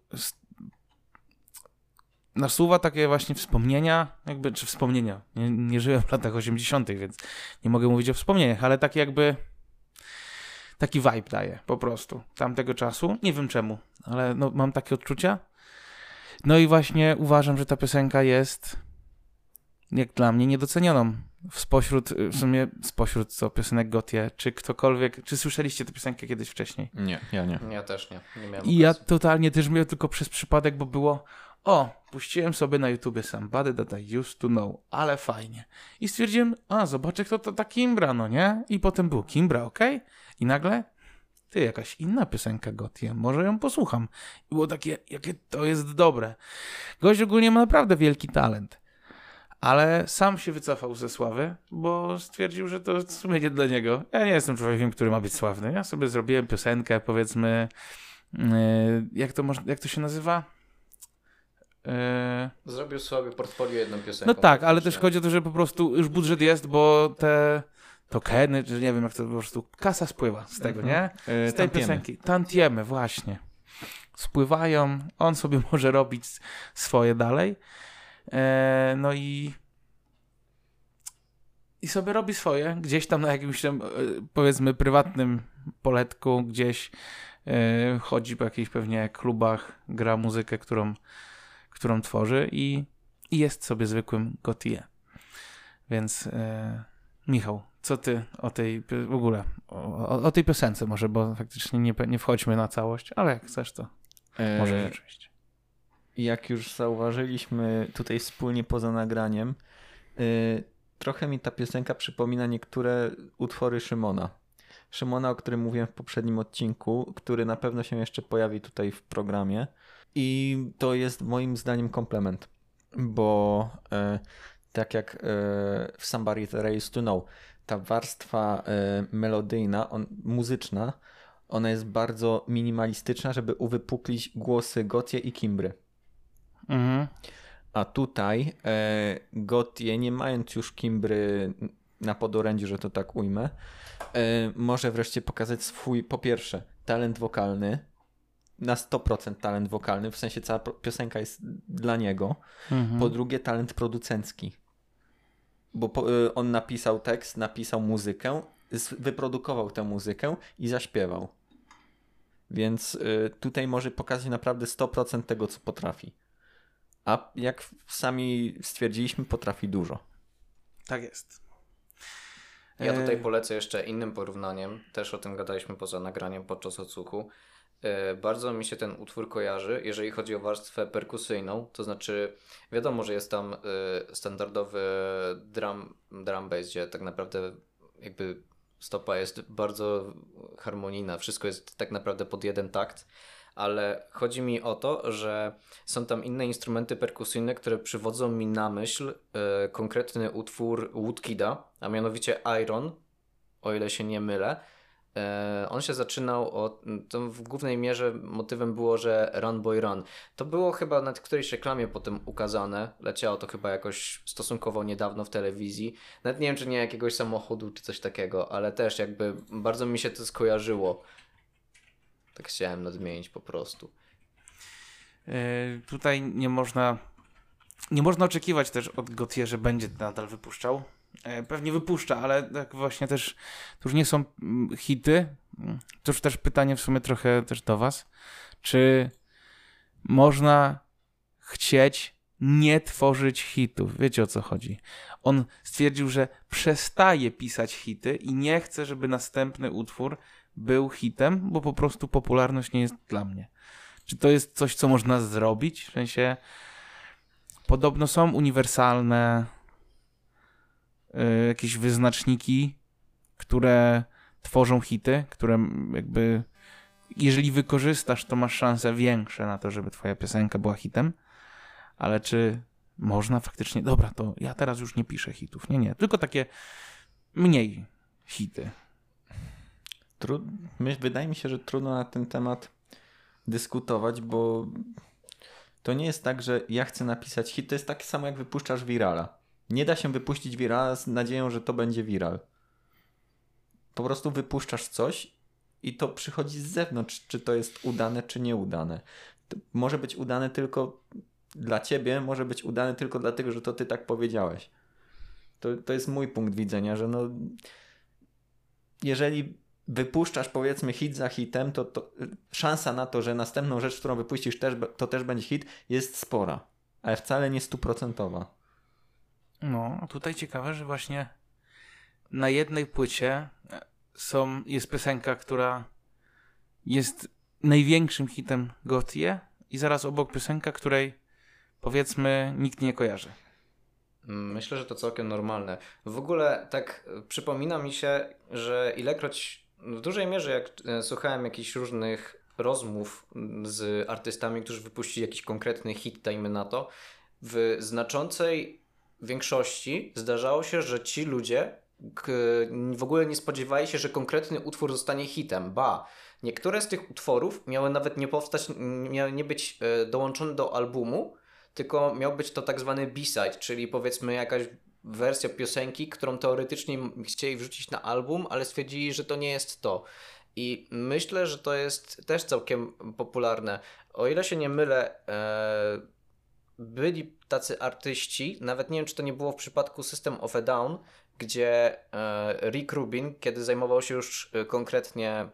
[SPEAKER 2] nasuwa takie właśnie wspomnienia, jakby, czy wspomnienia, nie, nie żyłem w latach osiemdziesiątych, więc nie mogę mówić o wspomnieniach, ale taki jakby, taki vibe daje po prostu tamtego czasu, nie wiem czemu, ale no, mam takie odczucia. No i właśnie uważam, że ta piosenka jest jak dla mnie niedocenioną. Spośród, w sumie spośród co piosenek Gotye, czy ktokolwiek, czy słyszeliście tę piosenkę kiedyś wcześniej?
[SPEAKER 1] Nie, ja nie.
[SPEAKER 3] Ja też nie, nie miałem
[SPEAKER 2] I ja
[SPEAKER 3] okazji.
[SPEAKER 2] totalnie też miałem tylko przez przypadek, bo było o, puściłem sobie na YouTubie Somebody That I Used To Know, ale fajnie. I stwierdziłem, a zobaczę kto to ta Kimbra, no nie? I potem był Kimbra, okej? Okay? I nagle ty, jakaś inna piosenka Gotye, może ją posłucham. I było takie, jakie to jest dobre. Gość ogólnie ma naprawdę wielki talent. Ale sam się wycofał ze sławy, bo stwierdził, że to w sumie nie dla niego. Ja nie jestem człowiekiem, który ma być sławny. Ja sobie zrobiłem piosenkę, powiedzmy, yy, jak, to moż- jak to się nazywa? Yy...
[SPEAKER 3] Zrobił sobie portfolio jedną piosenką.
[SPEAKER 2] No tak, ale też chodzi o to, że po prostu już budżet jest, bo te tokeny, czy nie wiem jak to po prostu, kasa spływa z tego, nie? Z tej
[SPEAKER 1] Tantiemy.
[SPEAKER 2] piosenki. Tantiemy, właśnie. Spływają, on sobie może robić swoje dalej. E, no i i sobie robi swoje, gdzieś tam na jakimś tam, powiedzmy, prywatnym poletku, gdzieś e, chodzi po jakichś pewnie klubach, gra muzykę, którą, którą tworzy i, i jest sobie zwykłym Gotye. Więc e, Michał, co ty o tej, w ogóle, o, o tej piosence może, bo faktycznie nie, nie wchodźmy na całość, ale jak chcesz to
[SPEAKER 1] E,
[SPEAKER 2] może rzeczywiście.
[SPEAKER 1] Jak już zauważyliśmy tutaj wspólnie poza nagraniem, yy, trochę mi ta piosenka przypomina niektóre utwory Szymona. Szymona, o którym mówiłem w poprzednim odcinku, który na pewno się jeszcze pojawi tutaj w programie. I to jest moim zdaniem komplement, bo yy, tak jak yy, w Somebody That I Used To Know, ta warstwa yy, melodyjna, on, muzyczna, ona jest bardzo minimalistyczna, żeby uwypuklić głosy Gotye i Kimbry.
[SPEAKER 2] Mhm.
[SPEAKER 1] A tutaj e, Gotye, nie mając już Kimbry na podorędziu, że to tak ujmę, e, może wreszcie pokazać swój, po pierwsze, talent wokalny, na sto procent talent wokalny, w sensie cała piosenka jest dla niego.
[SPEAKER 2] Mhm.
[SPEAKER 1] Po drugie, talent producencki. Bo po, e, on napisał tekst, napisał muzykę, z, wyprodukował tę muzykę i zaśpiewał. Więc e, tutaj może pokazać naprawdę sto procent tego, co potrafi. A jak sami stwierdziliśmy, potrafi dużo.
[SPEAKER 2] Tak jest.
[SPEAKER 3] Ja tutaj polecę jeszcze innym porównaniem, też o tym gadaliśmy poza nagraniem podczas odsłuchu. Bardzo mi się ten utwór kojarzy, jeżeli chodzi o warstwę perkusyjną, to znaczy wiadomo, że jest tam standardowy drum, drum bass, gdzie tak naprawdę jakby stopa jest bardzo harmonijna, wszystko jest tak naprawdę pod jeden takt, ale chodzi mi o to, że są tam inne instrumenty perkusyjne, które przywodzą mi na myśl e, konkretny utwór Woodkida, a mianowicie Iron, o ile się nie mylę. E, on się zaczynał od, to w głównej mierze motywem było, że Run Boy Run. To było chyba na którejś reklamie potem ukazane, leciało to chyba jakoś stosunkowo niedawno w telewizji. Nawet nie wiem, czy nie jakiegoś samochodu, czy coś takiego, ale też jakby bardzo mi się to skojarzyło. Tak chciałem nadmienić po prostu.
[SPEAKER 2] Yy, tutaj nie można nie można oczekiwać też od Gautier, że będzie nadal wypuszczał. Yy, pewnie wypuszcza, ale tak właśnie też to już nie są mm, hity. To już też pytanie w sumie trochę też do was. Czy można chcieć nie tworzyć hitów? Wiecie, o co chodzi. On stwierdził, że przestaje pisać hity i nie chce, żeby następny utwór był hitem, bo po prostu popularność nie jest dla mnie. Czy to jest coś, co można zrobić? W sensie podobno są uniwersalne y, jakieś wyznaczniki, które tworzą hity, które jakby jeżeli wykorzystasz, to masz szanse większe na to, żeby twoja piosenka była hitem, ale czy można faktycznie, dobra, to ja teraz już nie piszę hitów. Nie, nie, tylko takie mniej hity.
[SPEAKER 1] Trud... Wydaje mi się, że trudno na ten temat dyskutować, bo to nie jest tak, że ja chcę napisać hit, to jest tak samo jak wypuszczasz wirala. Nie da się wypuścić wirala z nadzieją, że to będzie viral. Po prostu wypuszczasz coś i to przychodzi z zewnątrz, czy to jest udane, czy nieudane. To może być udane tylko dla ciebie, może być udane tylko dlatego, że to ty tak powiedziałeś. To, to jest mój punkt widzenia, że no jeżeli wypuszczasz powiedzmy hit za hitem, to, to szansa na to, że następną rzecz, którą wypuścisz, też, to też będzie hit, jest spora, ale wcale nie stuprocentowa.
[SPEAKER 2] No, a tutaj ciekawe, że właśnie na jednej płycie są, jest piosenka, która jest największym hitem Gautier i zaraz obok piosenka, której powiedzmy nikt nie kojarzy.
[SPEAKER 3] Myślę, że to całkiem normalne. W ogóle tak przypomina mi się, że ilekroć w dużej mierze jak słuchałem jakichś różnych rozmów z artystami, którzy wypuścili jakiś konkretny hit, dajmy na to, w znaczącej większości zdarzało się, że ci ludzie w ogóle nie spodziewali się, że konkretny utwór zostanie hitem. Ba, niektóre z tych utworów miały nawet nie powstać, miały nie być dołączone do albumu, tylko miał być to tak zwany B-side, czyli powiedzmy jakaś wersja piosenki, którą teoretycznie chcieli wrzucić na album, ale stwierdzili, że to nie jest to. I myślę, że to jest też całkiem popularne. O ile się nie mylę, e, byli tacy artyści, nawet nie wiem, czy to nie było w przypadku System of a Down, gdzie e, Rick Rubin, kiedy zajmował się już konkretnie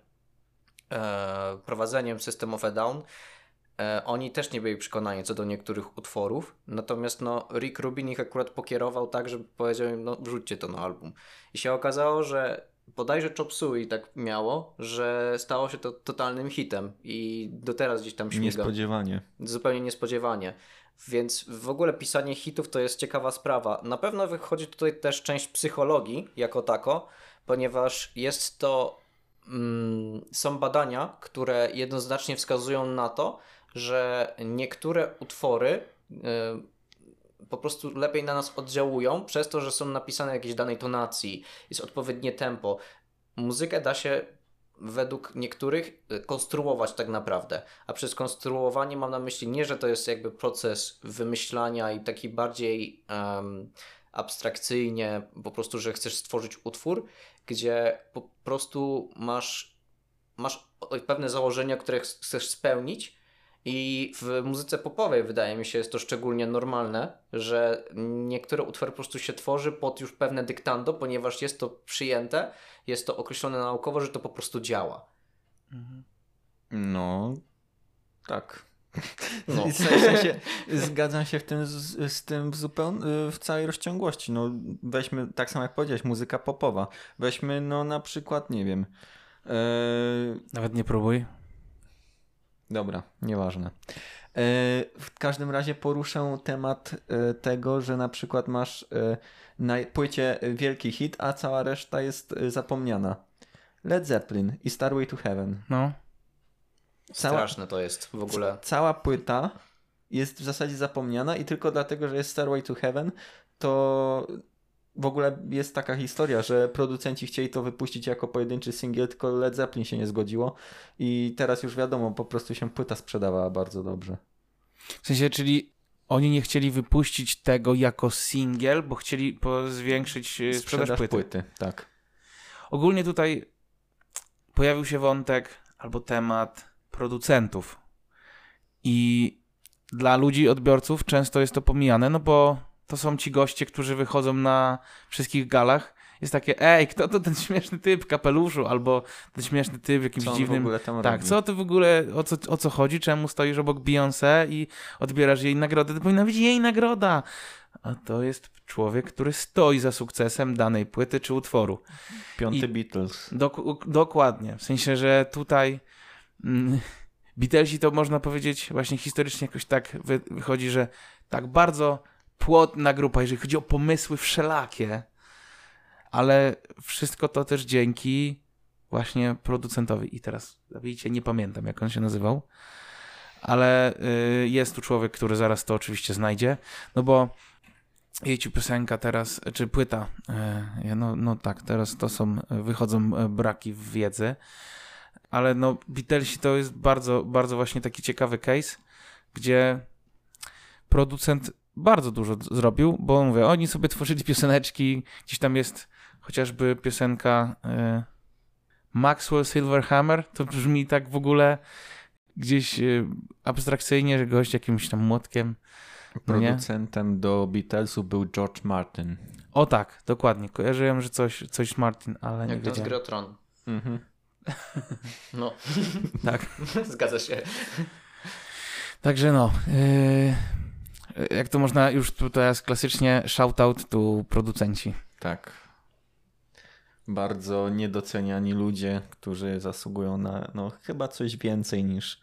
[SPEAKER 3] e, prowadzeniem System of a Down, e, oni też nie byli przekonani co do niektórych utworów, natomiast no, Rick Rubin ich akurat pokierował tak, żeby powiedział im, no wrzućcie to na album. I się okazało, że bodajże Chop Suey tak miało, że stało się to totalnym hitem i do teraz gdzieś tam śmiga.
[SPEAKER 1] Niespodziewanie.
[SPEAKER 3] Zupełnie niespodziewanie. Więc w ogóle pisanie hitów to jest ciekawa sprawa. Na pewno wychodzi tutaj też część psychologii jako tako, ponieważ jest to mm, są badania, które jednoznacznie wskazują na to, że niektóre utwory yy, po prostu lepiej na nas oddziałują przez to, że są napisane w jakiejś danej tonacji, jest odpowiednie tempo. Muzykę da się według niektórych konstruować tak naprawdę, a przez konstruowanie mam na myśli nie, że to jest jakby proces wymyślania i taki bardziej um, abstrakcyjnie, po prostu, że chcesz stworzyć utwór, gdzie po prostu masz, masz pewne założenia, które chcesz spełnić. I w muzyce popowej wydaje mi się jest to szczególnie normalne, że niektóre utwory po prostu się tworzy pod już pewne dyktando, ponieważ jest to przyjęte, jest to określone naukowo, że to po prostu działa.
[SPEAKER 1] No, tak. No. W sensie, zgadzam się w tym, z, z tym w, zupeł- w całej rozciągłości. No, weźmy, tak samo jak powiedziałeś, muzyka popowa. Weźmy no na przykład, nie wiem. Yy...
[SPEAKER 2] Nawet nie próbuj.
[SPEAKER 1] Dobra, nieważne. W każdym razie poruszę temat tego, że na przykład masz na płycie wielki hit, a cała reszta jest zapomniana. Led Zeppelin i Starway to Heaven.
[SPEAKER 2] No.
[SPEAKER 1] cała,
[SPEAKER 3] Straszne to jest w ogóle.
[SPEAKER 1] Cała płyta jest w zasadzie zapomniana i tylko dlatego, że jest Stairway to Heaven, to w ogóle jest taka historia, że producenci chcieli to wypuścić jako pojedynczy singiel, tylko Led Zeppelin się nie zgodziło i teraz już wiadomo, po prostu się płyta sprzedawała bardzo dobrze.
[SPEAKER 2] W sensie, czyli oni nie chcieli wypuścić tego jako singiel, bo chcieli po- zwiększyć sprzedaż, sprzedaż płyty.
[SPEAKER 1] płyty. Tak.
[SPEAKER 2] Ogólnie tutaj pojawił się wątek albo temat producentów i dla ludzi, odbiorców często jest to pomijane, no bo to są ci goście, którzy wychodzą na wszystkich galach. Jest takie, ej, kto to ten śmieszny typ w kapeluszu, albo ten śmieszny typ w jakimś
[SPEAKER 1] co on
[SPEAKER 2] dziwnym...
[SPEAKER 1] w ogóle tam
[SPEAKER 2] tak,
[SPEAKER 1] robi?
[SPEAKER 2] co ty w ogóle, o co, o co chodzi, czemu stoisz obok Beyoncé i odbierasz jej nagrodę, to powinna być jej nagroda. A to jest człowiek, który stoi za sukcesem danej płyty czy utworu.
[SPEAKER 1] Piąty
[SPEAKER 2] I
[SPEAKER 1] Beatles.
[SPEAKER 2] Dok- dokładnie, w sensie, że tutaj mm, Beatlesi to można powiedzieć właśnie historycznie jakoś tak wy- wychodzi, że tak bardzo płodna grupa, jeżeli chodzi o pomysły wszelakie, ale wszystko to też dzięki właśnie producentowi. I teraz, widzicie, nie pamiętam, jak on się nazywał, ale y, jest tu człowiek, który zaraz to oczywiście znajdzie, no bo jej ci piosenka teraz, czy płyta, y, no, no tak, teraz to są, wychodzą braki w wiedzy, ale no Beatlesi to jest bardzo, bardzo właśnie taki ciekawy case, gdzie producent bardzo dużo d- zrobił, bo mówię, oni sobie tworzyli pioseneczki, gdzieś tam jest chociażby piosenka y, Maxwell Silverhammer, to brzmi tak w ogóle gdzieś y, abstrakcyjnie, że gość jakimś tam młotkiem. No nie?
[SPEAKER 1] Producentem do Beatlesów był George Martin.
[SPEAKER 2] O tak, dokładnie, kojarzyłem, że coś, coś Martin, ale nie
[SPEAKER 3] Jak to z
[SPEAKER 2] wiedziałem.
[SPEAKER 3] gry o Tron.
[SPEAKER 1] Mhm.
[SPEAKER 3] No,
[SPEAKER 2] Tak.
[SPEAKER 3] zgadza się.
[SPEAKER 2] Także no, yy, jak to można już tutaj jest klasycznie shoutout tu producenci.
[SPEAKER 1] Tak. Bardzo niedoceniani ludzie, którzy zasługują na no chyba coś więcej niż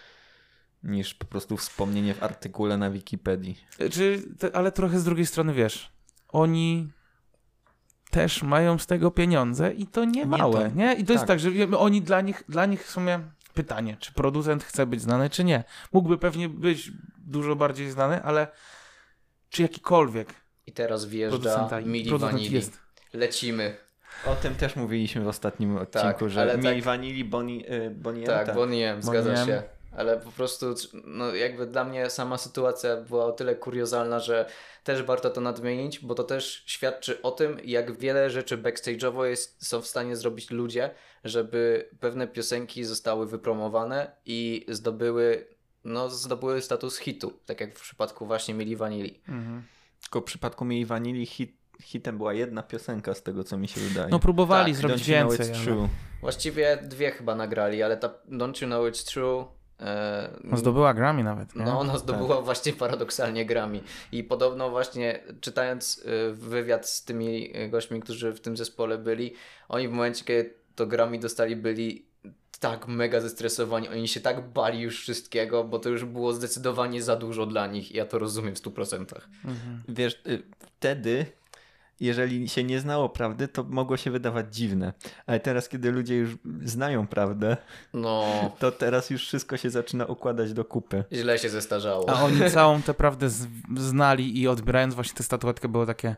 [SPEAKER 1] niż po prostu wspomnienie w artykule na Wikipedii.
[SPEAKER 2] Czy, te, ale trochę z drugiej strony, wiesz, oni też mają z tego pieniądze i to nie małe, nie?
[SPEAKER 1] Nie, to-
[SPEAKER 2] I to jest
[SPEAKER 1] tak.
[SPEAKER 2] tak, że wiemy, oni dla nich, dla nich w sumie pytanie, czy producent chce być znany, czy nie. Mógłby pewnie być dużo bardziej znany, ale czy jakikolwiek
[SPEAKER 3] I teraz wjeżdża
[SPEAKER 2] producenta i
[SPEAKER 3] Mili
[SPEAKER 2] producent
[SPEAKER 3] Vanilli.
[SPEAKER 2] jest.
[SPEAKER 3] Lecimy.
[SPEAKER 1] O tym też mówiliśmy w ostatnim odcinku, że
[SPEAKER 3] ale
[SPEAKER 1] Mili
[SPEAKER 3] tak-
[SPEAKER 1] Vanilli, Bonnie, y, Bonnie M,
[SPEAKER 3] Tak,
[SPEAKER 1] tak.
[SPEAKER 3] Bonnie M, zgadza
[SPEAKER 2] Bonnie M.
[SPEAKER 3] się. Ale po prostu, no jakby dla mnie sama sytuacja była o tyle kuriozalna, że też warto to nadmienić, bo to też świadczy o tym, jak wiele rzeczy backstage'owo jest, są w stanie zrobić ludzie, żeby pewne piosenki zostały wypromowane i zdobyły, no zdobyły status hitu, tak jak w przypadku właśnie Mili Vanilli.
[SPEAKER 2] Mhm.
[SPEAKER 1] Tylko w przypadku Mili Vanilli hit, hitem była jedna piosenka z tego, co mi się wydaje.
[SPEAKER 2] No próbowali
[SPEAKER 3] Tak,
[SPEAKER 2] zrobić
[SPEAKER 1] Don't you know
[SPEAKER 2] więcej,
[SPEAKER 1] it's
[SPEAKER 2] ale...
[SPEAKER 1] true.
[SPEAKER 3] Właściwie dwie chyba nagrali, ale ta Don't You Know It's True... E,
[SPEAKER 2] No zdobyła Grammy nawet, nie?
[SPEAKER 3] No, ona zdobyła właśnie paradoksalnie Grammy. I podobno właśnie czytając y, wywiad z tymi y, gośćmi, którzy w tym zespole byli, oni w momencie, kiedy to Grammy dostali, byli tak mega zestresowani. Oni się tak bali już wszystkiego, bo to już było zdecydowanie za dużo dla nich. I ja to rozumiem w stu procentach.
[SPEAKER 2] Mhm.
[SPEAKER 1] Wiesz, y, wtedy, jeżeli się nie znało prawdy, to mogło się wydawać dziwne. Ale teraz, kiedy ludzie już znają prawdę,
[SPEAKER 3] No,
[SPEAKER 1] to teraz już wszystko się zaczyna układać do kupy.
[SPEAKER 3] źle się zestarzało.
[SPEAKER 2] A oni całą tę prawdę z- znali i odbierając właśnie tę statuetkę było takie...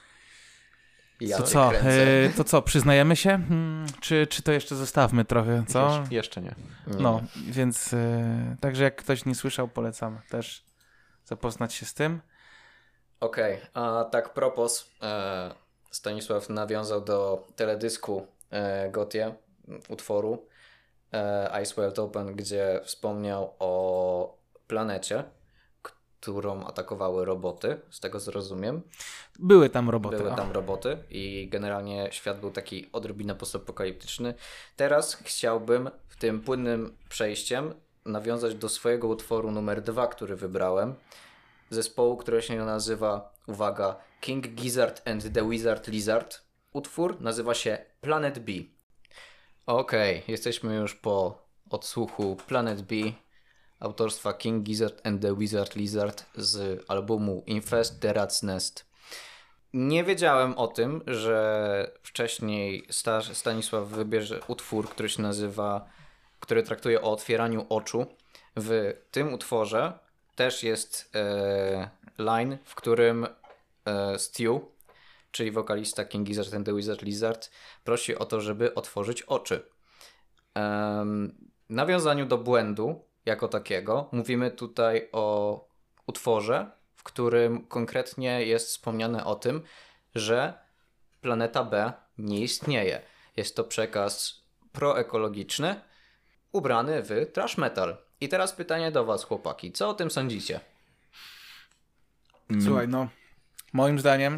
[SPEAKER 3] Ja
[SPEAKER 2] To
[SPEAKER 3] cię
[SPEAKER 2] co,
[SPEAKER 3] kręcę.
[SPEAKER 2] e, to co, przyznajemy się? Hmm, czy, czy to jeszcze zostawmy trochę, co?
[SPEAKER 1] Jeszcze, jeszcze nie.
[SPEAKER 3] Nie.
[SPEAKER 2] No, więc e, także jak ktoś nie słyszał, polecam też zapoznać się z tym.
[SPEAKER 3] Okej, a tak propos, e, Stanisław nawiązał do teledysku e, Gotye, utworu e, Ice Wide Open, gdzie wspomniał o planecie, którą atakowały roboty, z tego co rozumiem.
[SPEAKER 2] Były tam roboty.
[SPEAKER 3] Były
[SPEAKER 2] o.
[SPEAKER 3] tam roboty i generalnie świat był taki odrobinę postapokaliptyczny. Teraz chciałbym w tym płynnym przejściem nawiązać do swojego utworu numer dwa, który wybrałem. Zespołu, który się nazywa, uwaga, King Gizzard and the Wizard Lizard. Utwór nazywa się Planet B. Okej, okay, jesteśmy już po odsłuchu Planet B autorstwa King Gizzard and the Wizard Lizard z albumu Infest the Rat's Nest. Nie wiedziałem o tym, że wcześniej Stanisław wybierze utwór, który się nazywa który traktuje o otwieraniu oczu. W tym utworze też jest e, line, w którym e, Stu, czyli wokalista King Gizzard and the Wizard Lizard, prosi o to, żeby otworzyć oczy. Um, w nawiązaniu do błędu jako takiego mówimy tutaj o utworze, w którym konkretnie jest wspomniane o tym, że planeta B nie istnieje. Jest to przekaz proekologiczny ubrany w thrash metal. I teraz pytanie do was, chłopaki. Co o tym sądzicie?
[SPEAKER 2] Słuchaj, no moim zdaniem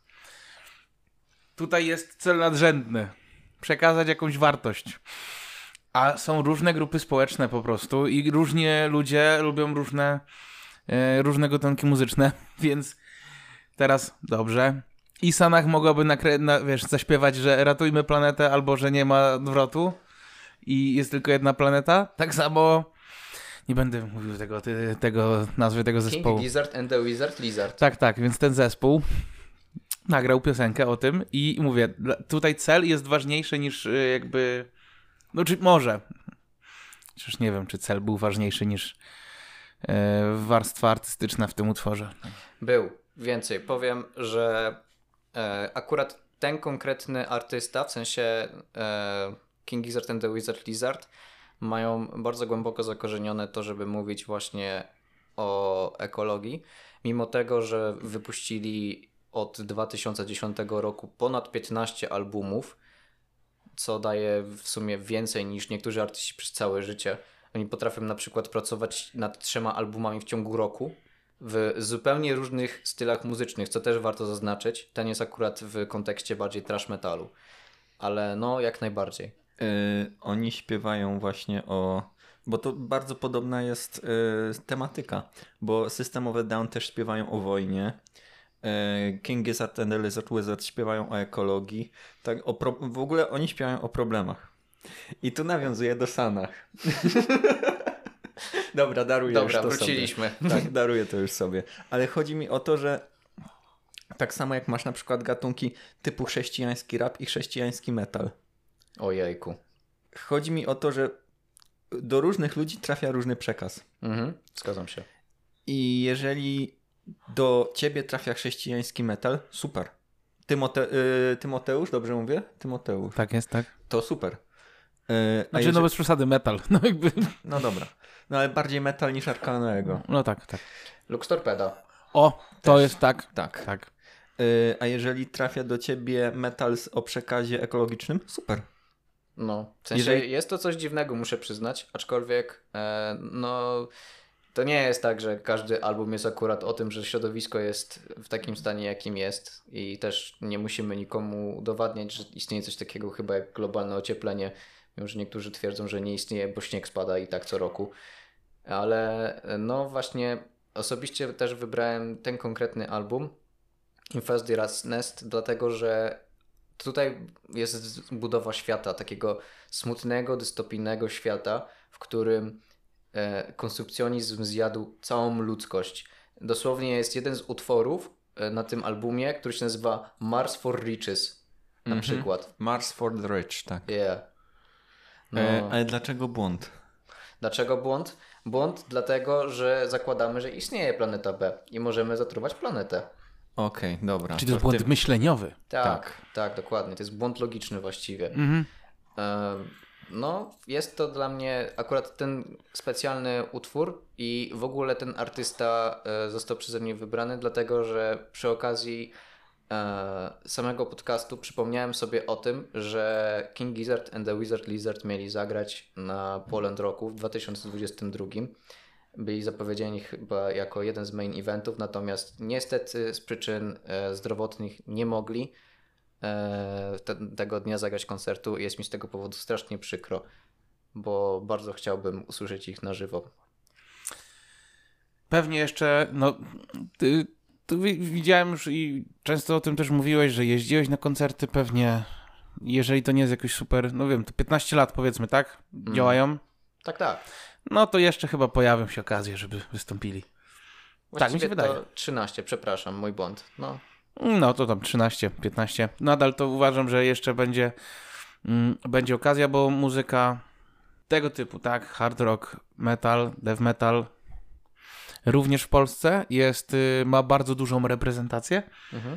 [SPEAKER 2] tutaj jest cel nadrzędny. Przekazać jakąś wartość. A są różne grupy społeczne po prostu i różnie ludzie lubią różne, e, różne gatunki muzyczne, więc teraz dobrze. I Sanach mogłaby nakrę- na, wiesz, zaśpiewać, że ratujmy planetę albo że nie ma odwrotu i jest tylko jedna planeta. Tak samo nie będę mówił tego, ty, tego nazwy tego zespołu.
[SPEAKER 3] King Gizzard and the Wizard Lizard.
[SPEAKER 2] Tak, tak, więc ten zespół nagrał piosenkę o tym i mówię, tutaj cel jest ważniejszy niż jakby, no czy może, przecież nie wiem, czy cel był ważniejszy niż e, warstwa artystyczna w tym utworze.
[SPEAKER 3] Był. Więcej. Powiem, że e, akurat ten konkretny artysta, w sensie e, King Gizzard and the Wizard Lizard, mają bardzo głęboko zakorzenione to, żeby mówić właśnie o ekologii, mimo tego, że wypuścili od dwa tysiące dziesiątego roku ponad piętnaście albumów, co daje w sumie więcej niż niektórzy artyści przez całe życie. Oni potrafią na przykład pracować nad trzema albumami w ciągu roku w zupełnie różnych stylach muzycznych, co też warto zaznaczyć. Ten jest akurat w kontekście bardziej thrash metalu, ale no jak najbardziej.
[SPEAKER 1] Yy, oni śpiewają właśnie o... Bo to bardzo podobna jest yy, tematyka, bo System of a Down też śpiewają o wojnie. Yy, King Gizzard and the Lizard Wizard śpiewają o ekologii. Tak, o pro... W ogóle oni śpiewają o problemach. I tu nawiązuje do Sanach. Dobra, daruję
[SPEAKER 3] Dobra,
[SPEAKER 1] już to
[SPEAKER 3] wróciliśmy.
[SPEAKER 1] sobie. Tak, daruję to już sobie. Ale chodzi mi o to, że tak samo jak masz na przykład gatunki typu chrześcijański rap i chrześcijański metal.
[SPEAKER 3] Ojejku.
[SPEAKER 1] Chodzi mi o to, że do różnych ludzi trafia różny przekaz.
[SPEAKER 3] Mhm, zgadzam się.
[SPEAKER 1] I jeżeli do ciebie trafia chrześcijański metal, super. Tymote- y- Tymoteusz, dobrze mówię? Tymoteusz.
[SPEAKER 2] Tak jest, tak?
[SPEAKER 1] To super. Y-
[SPEAKER 2] Znaczy
[SPEAKER 1] jeżeli...
[SPEAKER 2] no bez przesady metal. No jakby...
[SPEAKER 1] No dobra. No ale bardziej metal niż Arkanego.
[SPEAKER 2] No tak, tak.
[SPEAKER 3] Lux Torpeda.
[SPEAKER 2] O, to
[SPEAKER 1] Też.
[SPEAKER 2] jest tak.
[SPEAKER 1] Tak.
[SPEAKER 2] Tak.
[SPEAKER 1] Y- a jeżeli trafia do ciebie metal z- o przekazie ekologicznym, super.
[SPEAKER 3] No, w sensie
[SPEAKER 1] Jeżeli...
[SPEAKER 3] jest to coś dziwnego, muszę przyznać, aczkolwiek e, no to nie jest tak, że każdy album jest akurat o tym, że środowisko jest w takim stanie, jakim jest i też nie musimy nikomu udowadniać, że istnieje coś takiego chyba jak globalne ocieplenie, mimo że niektórzy twierdzą, że nie istnieje, bo śnieg spada i tak co roku, ale no właśnie osobiście też wybrałem ten konkretny album Infest Nest, dlatego że tutaj jest budowa świata, takiego smutnego, dystopijnego świata, w którym e, konsumpcjonizm zjadł całą ludzkość. Dosłownie jest jeden z utworów e, na tym albumie, który się nazywa Mars for Riches, na
[SPEAKER 1] Mhm.
[SPEAKER 3] przykład.
[SPEAKER 1] Mars for the Rich, tak.
[SPEAKER 3] Yeah. No.
[SPEAKER 1] E, ale dlaczego błąd?
[SPEAKER 3] Dlaczego błąd? Błąd dlatego, że zakładamy, że istnieje planeta B i możemy zatruwać planetę.
[SPEAKER 1] Okej, okay, dobra.
[SPEAKER 2] Czyli to jest błąd
[SPEAKER 1] tym...
[SPEAKER 2] myśleniowy.
[SPEAKER 3] Tak, tak,
[SPEAKER 1] Tak.
[SPEAKER 3] dokładnie. To jest błąd logiczny właściwie.
[SPEAKER 2] Mhm.
[SPEAKER 3] No, jest to dla mnie akurat ten specjalny utwór i w ogóle ten artysta został przeze mnie wybrany, dlatego że przy okazji samego podcastu przypomniałem sobie o tym, że King Gizzard and the Wizard Lizard mieli zagrać na Poland Rocku w dwa tysiące dwudziestym drugim. Byli zapowiedziani chyba jako jeden z main eventów, natomiast niestety z przyczyn zdrowotnych nie mogli Te, tego dnia zagrać koncertu i jest mi z tego powodu strasznie przykro, bo bardzo chciałbym usłyszeć ich na żywo.
[SPEAKER 2] Pewnie jeszcze, no, ty, ty widziałem już i często o tym też mówiłeś, że jeździłeś na koncerty, pewnie, jeżeli to nie jest jakoś super, no wiem, to piętnaście lat powiedzmy, tak? Działają?
[SPEAKER 3] Mm. Tak, tak.
[SPEAKER 2] No to jeszcze chyba pojawią się okazje, żeby wystąpili.
[SPEAKER 3] Właściwie
[SPEAKER 2] tak mi się wydaje.
[SPEAKER 3] To trzynaście, przepraszam, mój błąd. No.
[SPEAKER 2] No to tam trzynaście, piętnaście. Nadal to uważam, że jeszcze będzie, mm, będzie okazja, bo muzyka tego typu, tak, hard rock, metal, death metal, również w Polsce jest, ma bardzo dużą reprezentację
[SPEAKER 3] Mhm.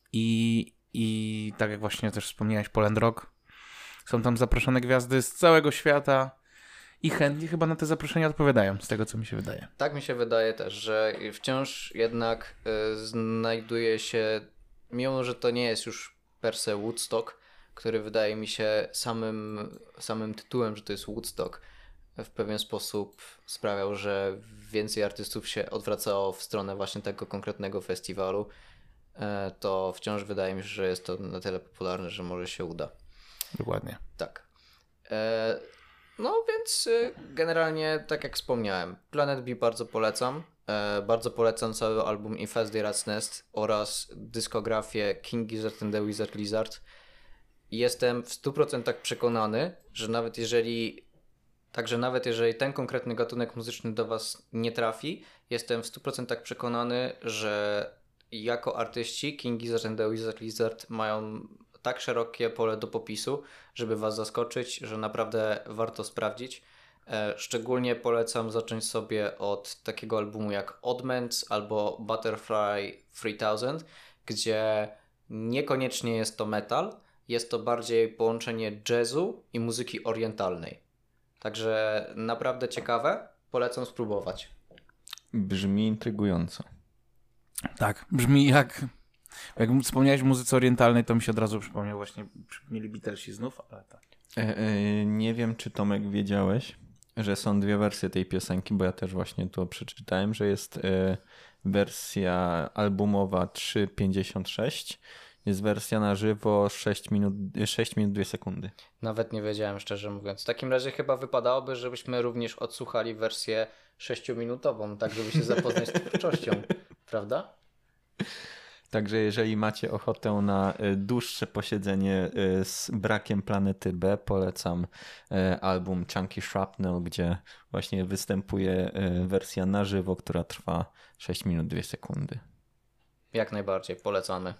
[SPEAKER 2] i, i tak jak właśnie też wspomniałeś, Poland Rock, są tam zaproszone gwiazdy z całego świata i chętnie chyba na te zaproszenia odpowiadają, z tego co mi się wydaje.
[SPEAKER 3] Tak mi się wydaje też, że wciąż jednak y, znajduje się, mimo że to nie jest już per se Woodstock, który wydaje mi się samym, samym tytułem, że to jest Woodstock, w pewien sposób sprawiał, że więcej artystów się odwracało w stronę właśnie tego konkretnego festiwalu, e, to wciąż wydaje mi się, że jest to na tyle popularne, że może się uda.
[SPEAKER 2] Dokładnie.
[SPEAKER 3] Tak. E, no więc y, generalnie, tak jak wspomniałem, Planet B bardzo polecam. E, bardzo polecam cały album Infest the Rat's Nest oraz dyskografię King Gizzard and the Wizard Lizard. Jestem w stu procentach przekonany, że nawet jeżeli Także nawet jeżeli ten konkretny gatunek muzyczny do Was nie trafi, jestem w stu procentach przekonany, że jako artyści King Gizzard and the Wizard Lizard mają tak szerokie pole do popisu, żeby Was zaskoczyć, że naprawdę warto sprawdzić. E, szczególnie polecam zacząć sobie od takiego albumu jak Oddments albo Butterfly three thousand, gdzie niekoniecznie jest to metal, jest to bardziej połączenie jazzu i muzyki orientalnej. Także naprawdę ciekawe, polecam spróbować.
[SPEAKER 1] Brzmi intrygująco.
[SPEAKER 2] Tak, brzmi jak... Jak wspomniałeś o muzyce orientalnej, to mi się od razu przypomniał właśnie, mieli Beatlesi znów, ale tak.
[SPEAKER 1] E, e, nie wiem, czy Tomek wiedziałeś, że są dwie wersje tej piosenki, bo ja też właśnie to przeczytałem, że jest e, wersja albumowa trzy pięćdziesiąt sześć, jest wersja na żywo sześć minut, sześć minut dwie sekundy.
[SPEAKER 3] Nawet nie wiedziałem, szczerze mówiąc. W takim razie chyba wypadałoby, żebyśmy również odsłuchali wersję sześciominutową, tak żeby się zapoznać z twórczością, prawda?
[SPEAKER 1] Także jeżeli macie ochotę na dłuższe posiedzenie z brakiem Planety B, polecam album Chunky Shrapnel, gdzie właśnie występuje wersja na żywo, która trwa sześć minut dwie sekundy.
[SPEAKER 3] Jak najbardziej, polecamy.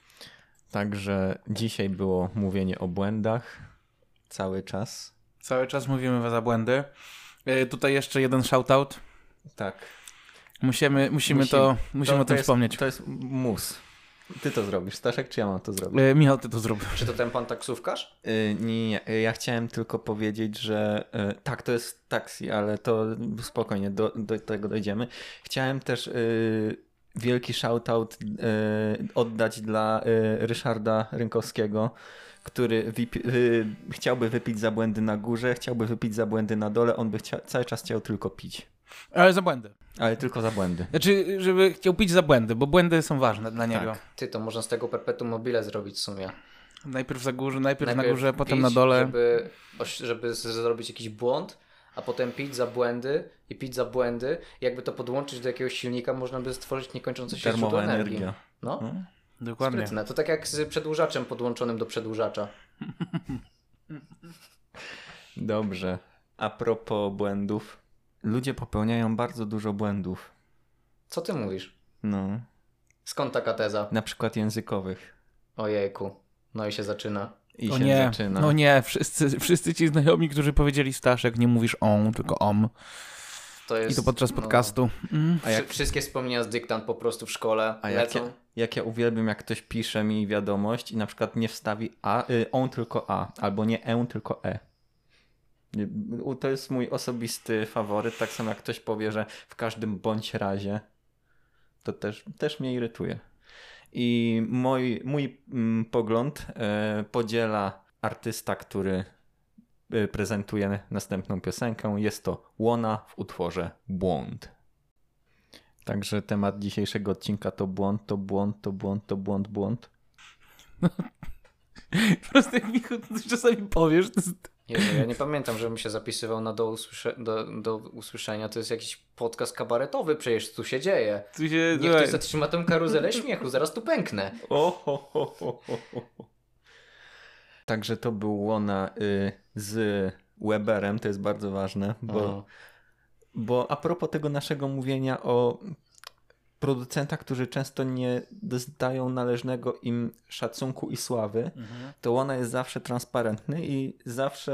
[SPEAKER 1] Także dzisiaj było mówienie o błędach cały czas.
[SPEAKER 2] Cały czas mówimy za błędy. Yy, tutaj jeszcze jeden shoutout.
[SPEAKER 1] Tak.
[SPEAKER 2] Musimy, musimy,
[SPEAKER 1] Musimy.
[SPEAKER 2] to, musimy
[SPEAKER 1] to,
[SPEAKER 2] o tym
[SPEAKER 1] to jest,
[SPEAKER 2] wspomnieć.
[SPEAKER 1] To jest mus. Ty to zrobisz, Staszek, czy ja mam to zrobić?
[SPEAKER 2] Yy, Michał, ty to zrób.
[SPEAKER 3] Czy to ten pan taksówkarz?
[SPEAKER 1] Yy, nie, nie, ja chciałem tylko powiedzieć, że yy, tak, to jest taksi, ale to spokojnie, do, do tego dojdziemy. Chciałem też yy, wielki shoutout yy, oddać dla yy, Ryszarda Rynkowskiego, który wypi- yy, chciałby wypić za błędy na górze, chciałby wypić za błędy na dole, on by chcia- cały czas chciał tylko pić.
[SPEAKER 2] Ale za błędy.
[SPEAKER 1] Ale tylko za błędy.
[SPEAKER 2] Znaczy, żeby chciał pić za błędy, bo błędy są ważne dla niego.
[SPEAKER 1] Tak.
[SPEAKER 3] Ty, to można z tego perpetuum mobile zrobić w sumie.
[SPEAKER 2] Najpierw za górze, najpierw,
[SPEAKER 3] Najpierw
[SPEAKER 2] na górze,
[SPEAKER 3] pić,
[SPEAKER 2] potem na dole.
[SPEAKER 3] Żeby, oś- żeby z- zrobić jakiś błąd, a potem pić za błędy i pić za błędy. Jakby to podłączyć do jakiegoś silnika, można by stworzyć niekończące się
[SPEAKER 1] Darmowa
[SPEAKER 3] źródło energii.
[SPEAKER 1] energia.
[SPEAKER 3] No,
[SPEAKER 1] No.
[SPEAKER 2] Dokładnie.
[SPEAKER 3] sprytne. To tak jak z przedłużaczem podłączonym do przedłużacza.
[SPEAKER 1] Dobrze. A propos błędów. Ludzie popełniają bardzo dużo błędów.
[SPEAKER 3] Co ty mówisz?
[SPEAKER 1] No.
[SPEAKER 3] Skąd taka teza?
[SPEAKER 1] Na przykład językowych.
[SPEAKER 3] Ojejku. No i się zaczyna.
[SPEAKER 1] I
[SPEAKER 2] O
[SPEAKER 1] się
[SPEAKER 2] nie,
[SPEAKER 1] zaczyna.
[SPEAKER 2] no nie, wszyscy, wszyscy ci znajomi, którzy powiedzieli Staszek, nie mówisz on, tylko om.
[SPEAKER 3] To jest,
[SPEAKER 2] I to podczas
[SPEAKER 3] no,
[SPEAKER 2] podcastu. Mm.
[SPEAKER 1] A jak,
[SPEAKER 3] wszy- Wszystkie wspomnienia z dyktant po prostu w szkole
[SPEAKER 1] a jak,
[SPEAKER 3] lecą.
[SPEAKER 1] ja, jak ja uwielbiam, jak ktoś pisze mi wiadomość i na przykład nie wstawi a, y, on tylko a, albo nie e, tylko e. U- To jest mój osobisty faworyt, tak samo jak ktoś powie, że w każdym bądź razie. To też, też mnie irytuje. I mój, mój mm, pogląd e, podziela artysta, który e, prezentuje następną piosenkę. Jest to Łona w utworze Błąd. Także temat dzisiejszego odcinka to błąd, to błąd, to błąd, to błąd, błąd.
[SPEAKER 2] Po prostu jak mi czasami powiesz, to jest...
[SPEAKER 3] Jezu, ja nie pamiętam, żebym się zapisywał na do, usłysze- do, do usłyszenia. To jest jakiś podcast kabaretowy, przecież tu się dzieje.
[SPEAKER 2] Tu się,
[SPEAKER 3] Niech ktoś zatrzyma tę karuzelę śmiechu, zaraz tu pęknę.
[SPEAKER 1] O, ho, ho, ho, ho, ho. Także to był Łona y, z Weberem, to jest bardzo ważne, bo,
[SPEAKER 3] O.
[SPEAKER 1] bo a propos tego naszego mówienia o producentach, którzy często nie dostają należnego im szacunku i sławy,
[SPEAKER 2] Mhm.
[SPEAKER 1] to Łona jest zawsze transparentny i zawsze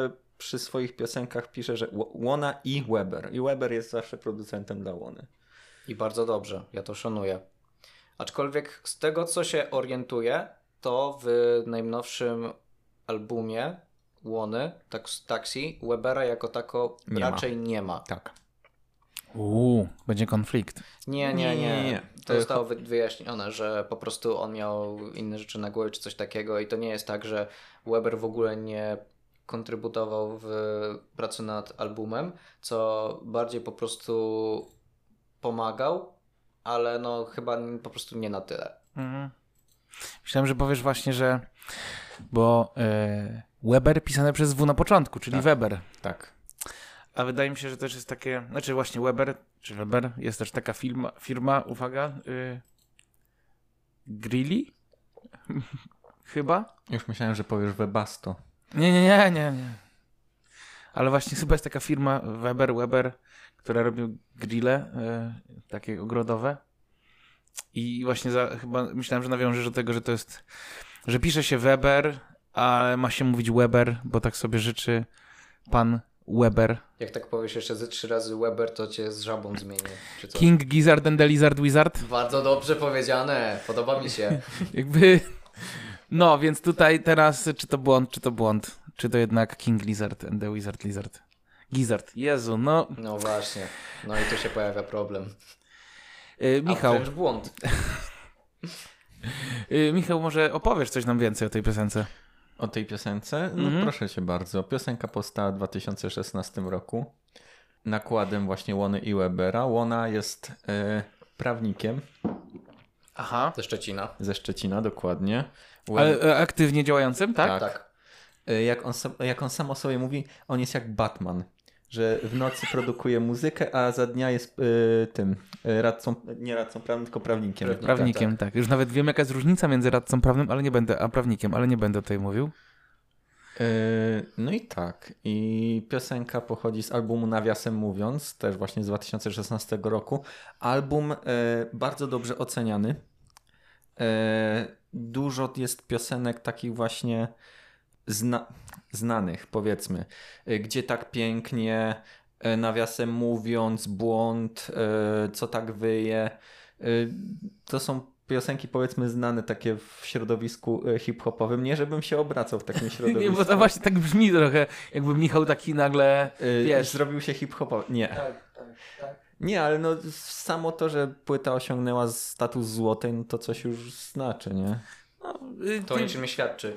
[SPEAKER 1] przy swoich piosenkach pisze, że Łona i Weber. I Weber jest zawsze producentem dla Łony.
[SPEAKER 3] I bardzo dobrze, ja to szanuję. Aczkolwiek z tego, co się orientuję, to w najnowszym albumie Łony, Taxi, Webera jako tako
[SPEAKER 1] nie
[SPEAKER 3] raczej
[SPEAKER 1] ma.
[SPEAKER 3] nie ma.
[SPEAKER 1] Tak.
[SPEAKER 2] Uuu, będzie konflikt.
[SPEAKER 3] Nie, nie, nie.
[SPEAKER 1] Nie, nie.
[SPEAKER 3] To zostało wyjaśnione, że po prostu on miał inne rzeczy na głowie czy coś takiego i to nie jest tak, że Weber w ogóle nie kontrybutował w pracy nad albumem, co bardziej po prostu pomagał, ale no chyba po prostu nie na tyle.
[SPEAKER 2] Mhm. Myślałem, że powiesz właśnie, że bo e, Weber pisane przez W na początku, czyli
[SPEAKER 1] tak.
[SPEAKER 2] Weber.
[SPEAKER 1] Tak.
[SPEAKER 2] A wydaje mi się, że też jest takie, znaczy właśnie Weber, czy Weber, jest też taka firma, firma uwaga, y, Grilli? Chyba?
[SPEAKER 1] Już myślałem, że powiesz Webasto.
[SPEAKER 2] Nie, nie, nie, nie, nie. Ale właśnie chyba jest taka firma Weber, Weber, która robi grille y, takie ogrodowe. I właśnie za, chyba myślałem, że nawiążesz do tego, że to jest, że pisze się Weber, ale ma się mówić Weber, bo tak sobie życzy pan Weber.
[SPEAKER 3] Jak tak powiesz jeszcze ze trzy razy Weber, to cię z żabą zmienię. Czy coś.
[SPEAKER 2] King Gizzard and the Lizard Wizard.
[SPEAKER 3] Bardzo dobrze powiedziane, podoba mi się.
[SPEAKER 2] Jakby, no więc tutaj teraz, czy to błąd, czy to błąd, czy to jednak King Lizard and the Wizard Lizard. Gizzard, Jezu, no.
[SPEAKER 3] No właśnie, no i tu się pojawia problem.
[SPEAKER 2] Yy, Michał,
[SPEAKER 3] A wręcz błąd.
[SPEAKER 2] yy, Michał, może opowiesz coś nam więcej o tej piosence?
[SPEAKER 1] O tej piosence? No
[SPEAKER 2] Mhm.
[SPEAKER 1] proszę cię bardzo. Piosenka powstała w dwa tysiące szesnastym roku. Nakładem właśnie Łony i Webera. Łona jest e, prawnikiem.
[SPEAKER 2] Aha.
[SPEAKER 3] Ze Szczecina.
[SPEAKER 1] Ze Szczecina, dokładnie. We-
[SPEAKER 2] Ale e, aktywnie działającym, tak?
[SPEAKER 1] Tak.
[SPEAKER 3] Tak.
[SPEAKER 1] E, jak, on so, jak on sam o sobie mówi, on jest jak Batman. Że w nocy produkuje muzykę, a za dnia jest e, tym e, radcą, nie radcą prawnym, tylko prawnikiem.
[SPEAKER 3] Prawnikiem.
[SPEAKER 2] Prawnikiem, tak. Już nawet wiem, jaka jest różnica między radcą prawnym, ale nie będę, a prawnikiem, ale nie będę tutaj mówił.
[SPEAKER 1] E, no i tak. I piosenka pochodzi z albumu Nawiasem Mówiąc, też właśnie z dwa tysiące szesnastego roku. Album e, bardzo dobrze oceniany. E, dużo jest piosenek takich właśnie zna znanych, powiedzmy. E, Gdzie tak pięknie, e, Nawiasem Mówiąc, Błąd, e, Co tak wyje. E, to są piosenki, powiedzmy, znane takie w środowisku e, hip-hopowym. Nie, żebym się obracał w takim środowisku.
[SPEAKER 2] Nie, bo to właśnie tak brzmi trochę, jakby Michał taki nagle,
[SPEAKER 1] E,
[SPEAKER 2] wiesz...
[SPEAKER 1] Zrobił się hip-hopowy. Nie.
[SPEAKER 2] Tak, tak, tak.
[SPEAKER 1] Nie, ale no samo to, że płyta osiągnęła status złotej, no to coś już znaczy, nie?
[SPEAKER 2] No, y,
[SPEAKER 3] To o
[SPEAKER 2] ty-
[SPEAKER 3] niczym nie świadczy.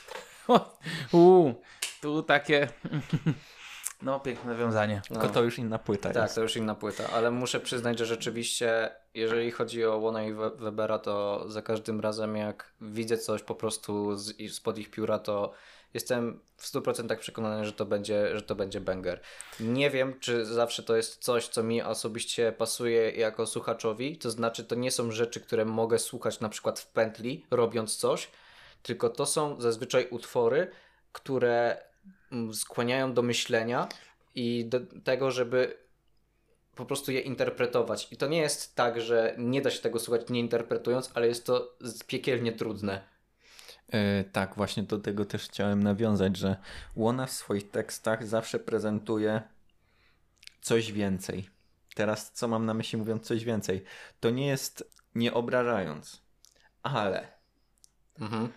[SPEAKER 2] Uuu, tu takie... No, piękne nawiązanie.
[SPEAKER 3] No.
[SPEAKER 1] Tylko to już inna płyta
[SPEAKER 3] Tak,
[SPEAKER 1] jest.
[SPEAKER 3] to już inna płyta, ale muszę przyznać, że rzeczywiście, jeżeli chodzi o Łona i We- Webera, to za każdym razem jak widzę coś po prostu z, spod ich pióra, to jestem w stu procentach przekonany, że to będzie, że to będzie banger. Nie wiem, czy zawsze to jest coś, co mi osobiście pasuje jako słuchaczowi, to znaczy to nie są rzeczy, które mogę słuchać na przykład w pętli, robiąc coś, tylko to są zazwyczaj utwory, które mm, skłaniają do myślenia i do tego, żeby po prostu je interpretować. I to nie jest tak, że nie da się tego słuchać nie interpretując, ale jest to z- piekielnie trudne.
[SPEAKER 1] E, tak, właśnie do tego też chciałem nawiązać, że Łona w swoich tekstach zawsze prezentuje coś więcej. Teraz co mam na myśli mówiąc coś więcej? To nie jest nie obrażając, ale
[SPEAKER 3] Mhm.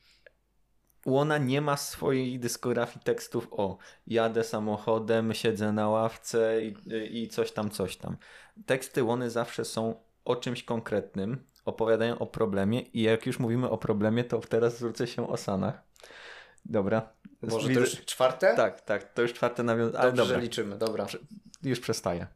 [SPEAKER 1] Łona nie ma swojej dyskografii tekstów o jadę samochodem, siedzę na ławce i, i coś tam, coś tam. Teksty Łony zawsze są o czymś konkretnym, opowiadają o problemie i jak już mówimy o problemie, to teraz zwrócę się o Sanach. Dobra.
[SPEAKER 3] Może
[SPEAKER 1] Widzę-
[SPEAKER 3] to już czwarte?
[SPEAKER 1] Tak, tak, to już czwarte nawiązanie. Ale
[SPEAKER 3] Dobrze,
[SPEAKER 1] dobra,
[SPEAKER 3] że liczymy, dobra.
[SPEAKER 1] już przestaję.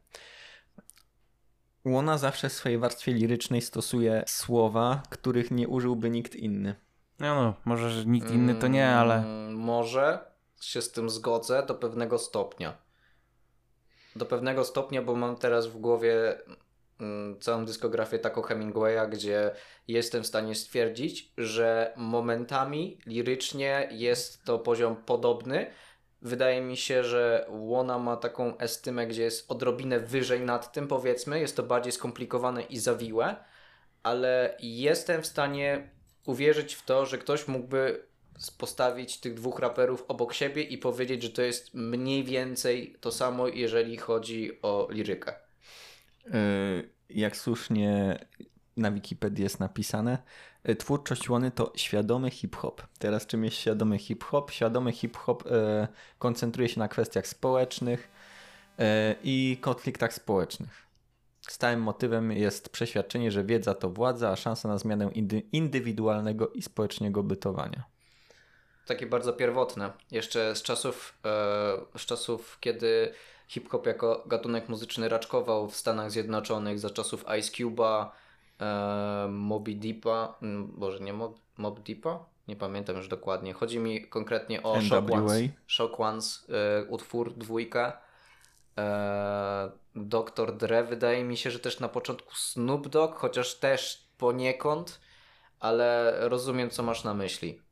[SPEAKER 1] Łona zawsze w swojej warstwie lirycznej stosuje słowa, których nie użyłby nikt inny.
[SPEAKER 2] No, no, może że nikt inny to nie, ale...
[SPEAKER 3] Mm, Może się z tym zgodzę do pewnego stopnia. Do pewnego stopnia, bo mam teraz w głowie mm, całą dyskografię Taco Hemingwaya, gdzie jestem w stanie stwierdzić, że momentami lirycznie jest to poziom podobny. Wydaje mi się, że Łona ma taką estymę, gdzie jest odrobinę wyżej nad tym, powiedzmy. Jest to bardziej skomplikowane i zawiłe, ale jestem w stanie uwierzyć w to, że ktoś mógłby postawić tych dwóch raperów obok siebie i powiedzieć, że to jest mniej więcej to samo, jeżeli chodzi o lirykę.
[SPEAKER 1] Jak słusznie na Wikipedii jest napisane, twórczość Łony to świadomy hip-hop. Teraz czym jest świadomy hip-hop? Świadomy hip-hop e, koncentruje się na kwestiach społecznych e, i konfliktach społecznych. Stałym motywem jest przeświadczenie, że wiedza to władza, a szansa na zmianę indy- indywidualnego i społecznego bytowania.
[SPEAKER 3] Takie bardzo pierwotne. Jeszcze z czasów, e, z czasów kiedy hip-hop jako gatunek muzyczny raczkował w Stanach Zjednoczonych, za czasów Ice Cube'a, e, Moby Deepa, boże nie Mob, Mob Deepa? Nie pamiętam już dokładnie. Chodzi mi konkretnie o Shock Ones, Shock Ones e, utwór, dwójka. E, doktor Dre, wydaje mi się, że też na początku Snoop Dogg, chociaż też poniekąd, ale rozumiem, co masz na myśli.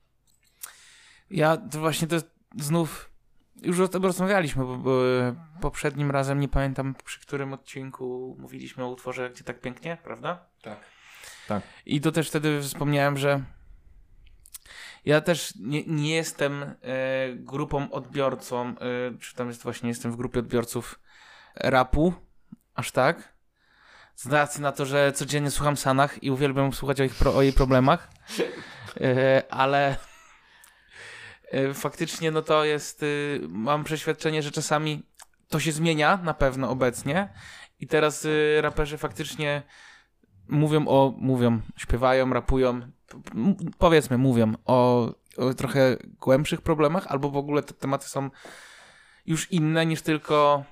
[SPEAKER 2] Ja to właśnie to znów już o tym rozmawialiśmy, bo, bo poprzednim razem nie pamiętam, przy którym odcinku mówiliśmy o utworze Gdzie tak pięknie, prawda?
[SPEAKER 3] Tak.
[SPEAKER 1] Tak.
[SPEAKER 2] I to też wtedy wspomniałem, że ja też nie, nie jestem e, grupą odbiorcą, e, czy tam jest właśnie, jestem w grupie odbiorców rapu, aż tak. Z racji na to, że codziennie słucham Sanach i uwielbiam słuchać o, ich pro, o jej problemach, e, ale e, faktycznie no to jest, e, mam przeświadczenie, że czasami to się zmienia na pewno obecnie i teraz e, raperzy faktycznie mówią o, mówią, śpiewają, rapują, m- powiedzmy, mówią o, o trochę głębszych problemach, albo w ogóle te tematy są już inne niż tylko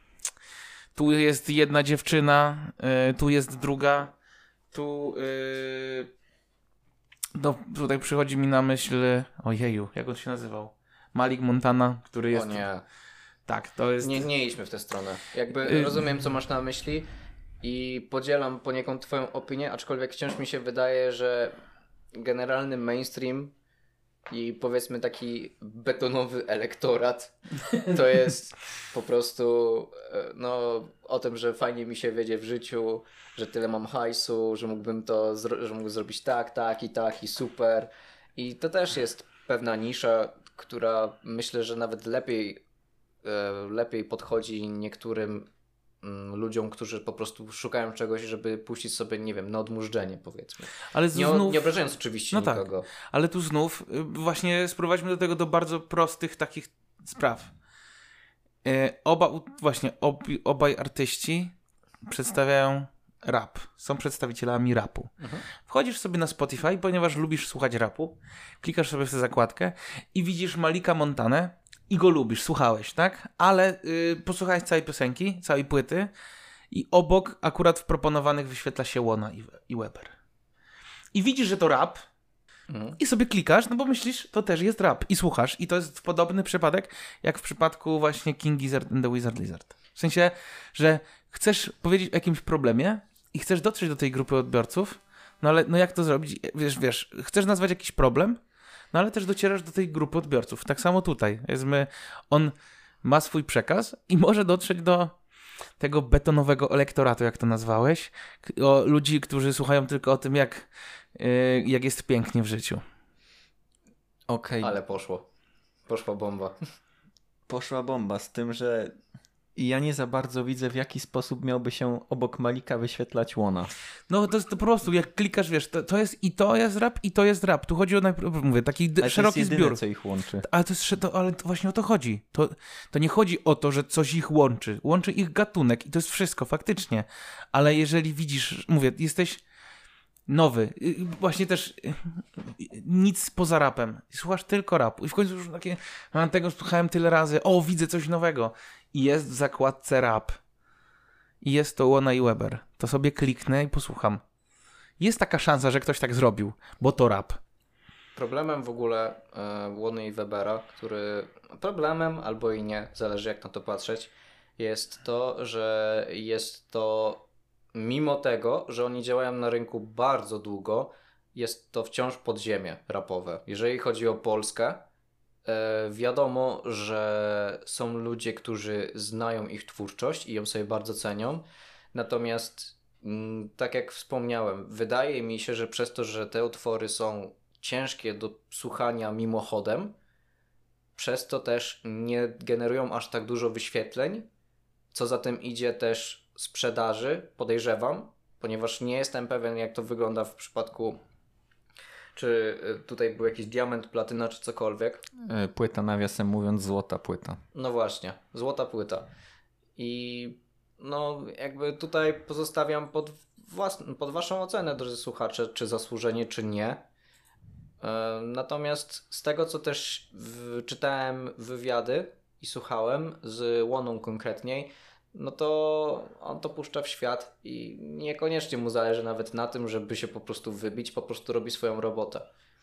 [SPEAKER 2] tu jest jedna dziewczyna, y, tu jest druga, tu y, no, tutaj przychodzi mi na myśl, ojeju, jak on się nazywał? Malik Montana, który jest...
[SPEAKER 3] O nie.
[SPEAKER 2] Tak, to jest...
[SPEAKER 3] Nie, nie idźmy w tę stronę. Jakby
[SPEAKER 2] Y-
[SPEAKER 3] rozumiem, co masz na myśli i podzielam poniekąd twoją opinię, aczkolwiek wciąż mi się wydaje, że generalny mainstream i powiedzmy taki betonowy elektorat to jest po prostu no o tym, że fajnie mi się wiedzie w życiu, że tyle mam hajsu, że mógłbym to, zro- że mógł zrobić tak, tak i tak i super. I to też jest pewna nisza, która myślę, że nawet lepiej lepiej podchodzi niektórym mm, ludziom, którzy po prostu szukają czegoś, żeby puścić sobie, nie wiem, na odmurzczenie, powiedzmy.
[SPEAKER 2] Ale
[SPEAKER 3] Nie,
[SPEAKER 2] znów...
[SPEAKER 3] nie obrażając oczywiście
[SPEAKER 2] No
[SPEAKER 3] nikogo.
[SPEAKER 2] tak, ale tu znów y, właśnie sprowadźmy do tego do bardzo prostych takich spraw. Y, oba, u- właśnie ob, obaj artyści przedstawiają rap. Są przedstawicielami rapu.
[SPEAKER 3] Mhm.
[SPEAKER 2] Wchodzisz sobie na Spotify, ponieważ lubisz słuchać rapu, klikasz sobie w tę zakładkę i widzisz Malika Montanę i go lubisz, słuchałeś, tak? Ale y, posłuchałeś całej piosenki, całej płyty i obok akurat w proponowanych wyświetla się Łona i, i Weber. I widzisz, że to rap
[SPEAKER 3] Mhm.
[SPEAKER 2] i sobie klikasz, no bo myślisz, to też jest rap i słuchasz. I to jest podobny przypadek, jak w przypadku właśnie King Gizzard and the Wizard Lizard. W sensie, że chcesz powiedzieć o jakimś problemie i chcesz dotrzeć do tej grupy odbiorców, no ale no jak to zrobić? Wiesz, wiesz, chcesz nazwać jakiś problem, no ale też docierasz do tej grupy odbiorców. Tak samo tutaj. Powiedzmy, on ma swój przekaz i może dotrzeć do tego betonowego elektoratu, jak to nazwałeś, o ludzi, którzy słuchają tylko o tym, jak, yy, jak jest pięknie w życiu.
[SPEAKER 1] Okej,
[SPEAKER 3] Ale poszło. Poszła bomba.
[SPEAKER 1] poszła bomba z tym, że ja nie za bardzo widzę, w jaki sposób miałby się obok Malika wyświetlać Łona.
[SPEAKER 2] No to jest to po prostu, jak klikasz, wiesz, to, to jest i to jest rap, i to jest rap. Tu chodzi o, najpierw mówię, taki d-
[SPEAKER 1] Ale
[SPEAKER 2] szeroki
[SPEAKER 1] to jest
[SPEAKER 2] zbiór.
[SPEAKER 1] jedyne, co ich łączy.
[SPEAKER 2] Ale to, jest, to, ale to właśnie o to chodzi. To, to nie chodzi o to, że coś ich łączy. Łączy ich gatunek i to jest wszystko, faktycznie. Ale jeżeli widzisz, mówię, jesteś nowy, y, właśnie też y, y, nic poza rapem. Słuchasz tylko rapu. I w końcu już takie, a tego słuchałem tyle razy, o, widzę coś nowego. I jest w zakładce rap. I jest to Łona i Weber. To sobie kliknę i posłucham. Jest taka szansa, że ktoś tak zrobił, bo to rap.
[SPEAKER 3] Problemem w ogóle e, Łony i Webera, który problemem albo i nie, zależy jak na to patrzeć, jest to, że jest to mimo tego, że oni działają na rynku bardzo długo, jest to wciąż podziemie rapowe. Jeżeli chodzi o Polskę, e, wiadomo, że są ludzie, którzy znają ich twórczość i ją sobie bardzo cenią, natomiast mm, tak jak wspomniałem, wydaje mi się, że przez to, że te utwory są ciężkie do słuchania mimochodem, przez to też nie generują aż tak dużo wyświetleń, co za tym idzie też sprzedaży, podejrzewam, ponieważ nie jestem pewien, jak to wygląda w przypadku, czy tutaj był jakiś diament, platyna, czy cokolwiek.
[SPEAKER 1] Płyta, nawiasem mówiąc, złota płyta.
[SPEAKER 3] No właśnie, złota płyta. I no jakby tutaj pozostawiam pod, własn- pod waszą ocenę, drodzy słuchacze, czy zasłużenie, czy nie. Natomiast z tego, co też w, czytałem wywiady i słuchałem z Łoną konkretniej, no to on to puszcza w świat i niekoniecznie mu zależy nawet na tym, żeby się po prostu wybić, po prostu robi swoją robotę.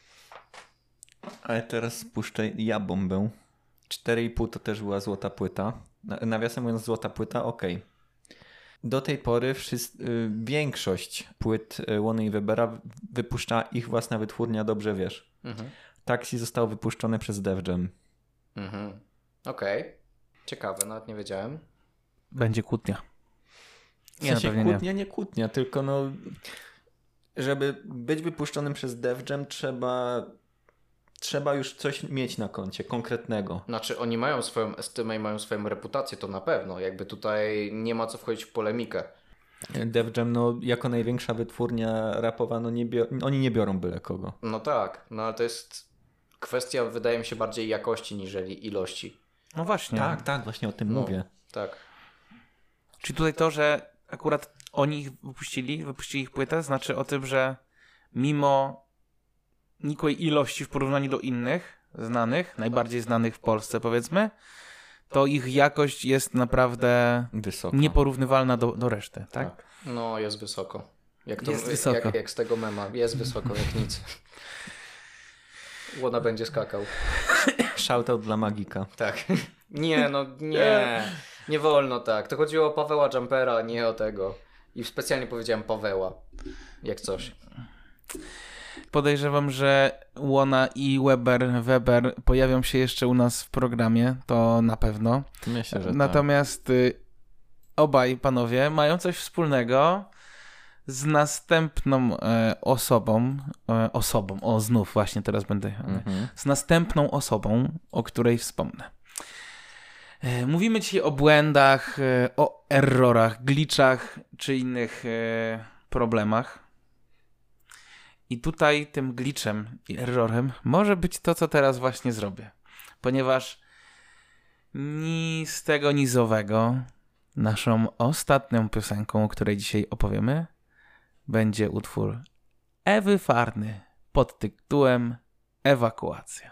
[SPEAKER 1] Ale teraz puszczę ja bombę. cztery i pół to też była złota płyta. Nawiasem mówiąc, złota płyta, okej. Okay. Do tej pory wszyscy, y, większość płyt Łony i Webera wypuszcza ich własna wytwórnia, dobrze wiesz. Mhm. Taxi zostało wypuszczone przez Def Jam.
[SPEAKER 3] Mhm. Okej. Okay. Ciekawe, nawet nie wiedziałem.
[SPEAKER 2] Będzie kłótnia.
[SPEAKER 1] W sensie nie, no kłótnia, nie. nie kłótnia, tylko no, żeby być wypuszczonym przez Def Jam trzeba, trzeba już coś mieć na koncie, konkretnego.
[SPEAKER 3] Znaczy oni mają swoją estymę i mają swoją reputację, to na pewno. Jakby tutaj nie ma co wchodzić w polemikę.
[SPEAKER 1] Def Jam, no jako największa wytwórnia rapowa, no nie bior- oni nie biorą byle kogo.
[SPEAKER 3] No tak, no ale to jest kwestia, wydaje mi się, bardziej jakości niżeli ilości.
[SPEAKER 2] No właśnie.
[SPEAKER 1] Tak, tak, właśnie o tym
[SPEAKER 3] no,
[SPEAKER 1] mówię.
[SPEAKER 3] Tak.
[SPEAKER 2] Czyli tutaj to, że akurat oni ich wypuścili, wypuścili ich płytę, znaczy o tym, że mimo nikłej ilości w porównaniu do innych znanych, najbardziej znanych w Polsce powiedzmy, to ich jakość jest naprawdę
[SPEAKER 1] wysoko,
[SPEAKER 2] nieporównywalna do, do reszty, tak? tak?
[SPEAKER 3] No jest wysoko. Jak, to,
[SPEAKER 2] jest wysoko.
[SPEAKER 3] Jak, jak z tego mema, jest wysoko jak nic. Łona będzie skakał.
[SPEAKER 1] Shoutout dla Magika.
[SPEAKER 3] Tak. Nie, no nie. Nie wolno tak. To chodziło o Paweła Jumpera, nie o tego. I specjalnie powiedziałem Paweła. Jak coś.
[SPEAKER 2] Podejrzewam, że Łona i Weber, Weber pojawią się jeszcze u nas w programie. To na pewno.
[SPEAKER 1] Myślę, że
[SPEAKER 2] Natomiast tak. obaj panowie mają coś wspólnego z następną e, osobą, e, osobą, o znów właśnie teraz będę, mhm. z następną osobą, o której wspomnę. E, mówimy dzisiaj o błędach, e, o errorach, glitchach czy innych e, problemach. I tutaj tym glitchem i errorem może być to, co teraz właśnie zrobię. Ponieważ ni z tego, ni z owego naszą ostatnią piosenką, o której dzisiaj opowiemy, będzie utwór Ewy Farny pod tytułem Ewakuacja.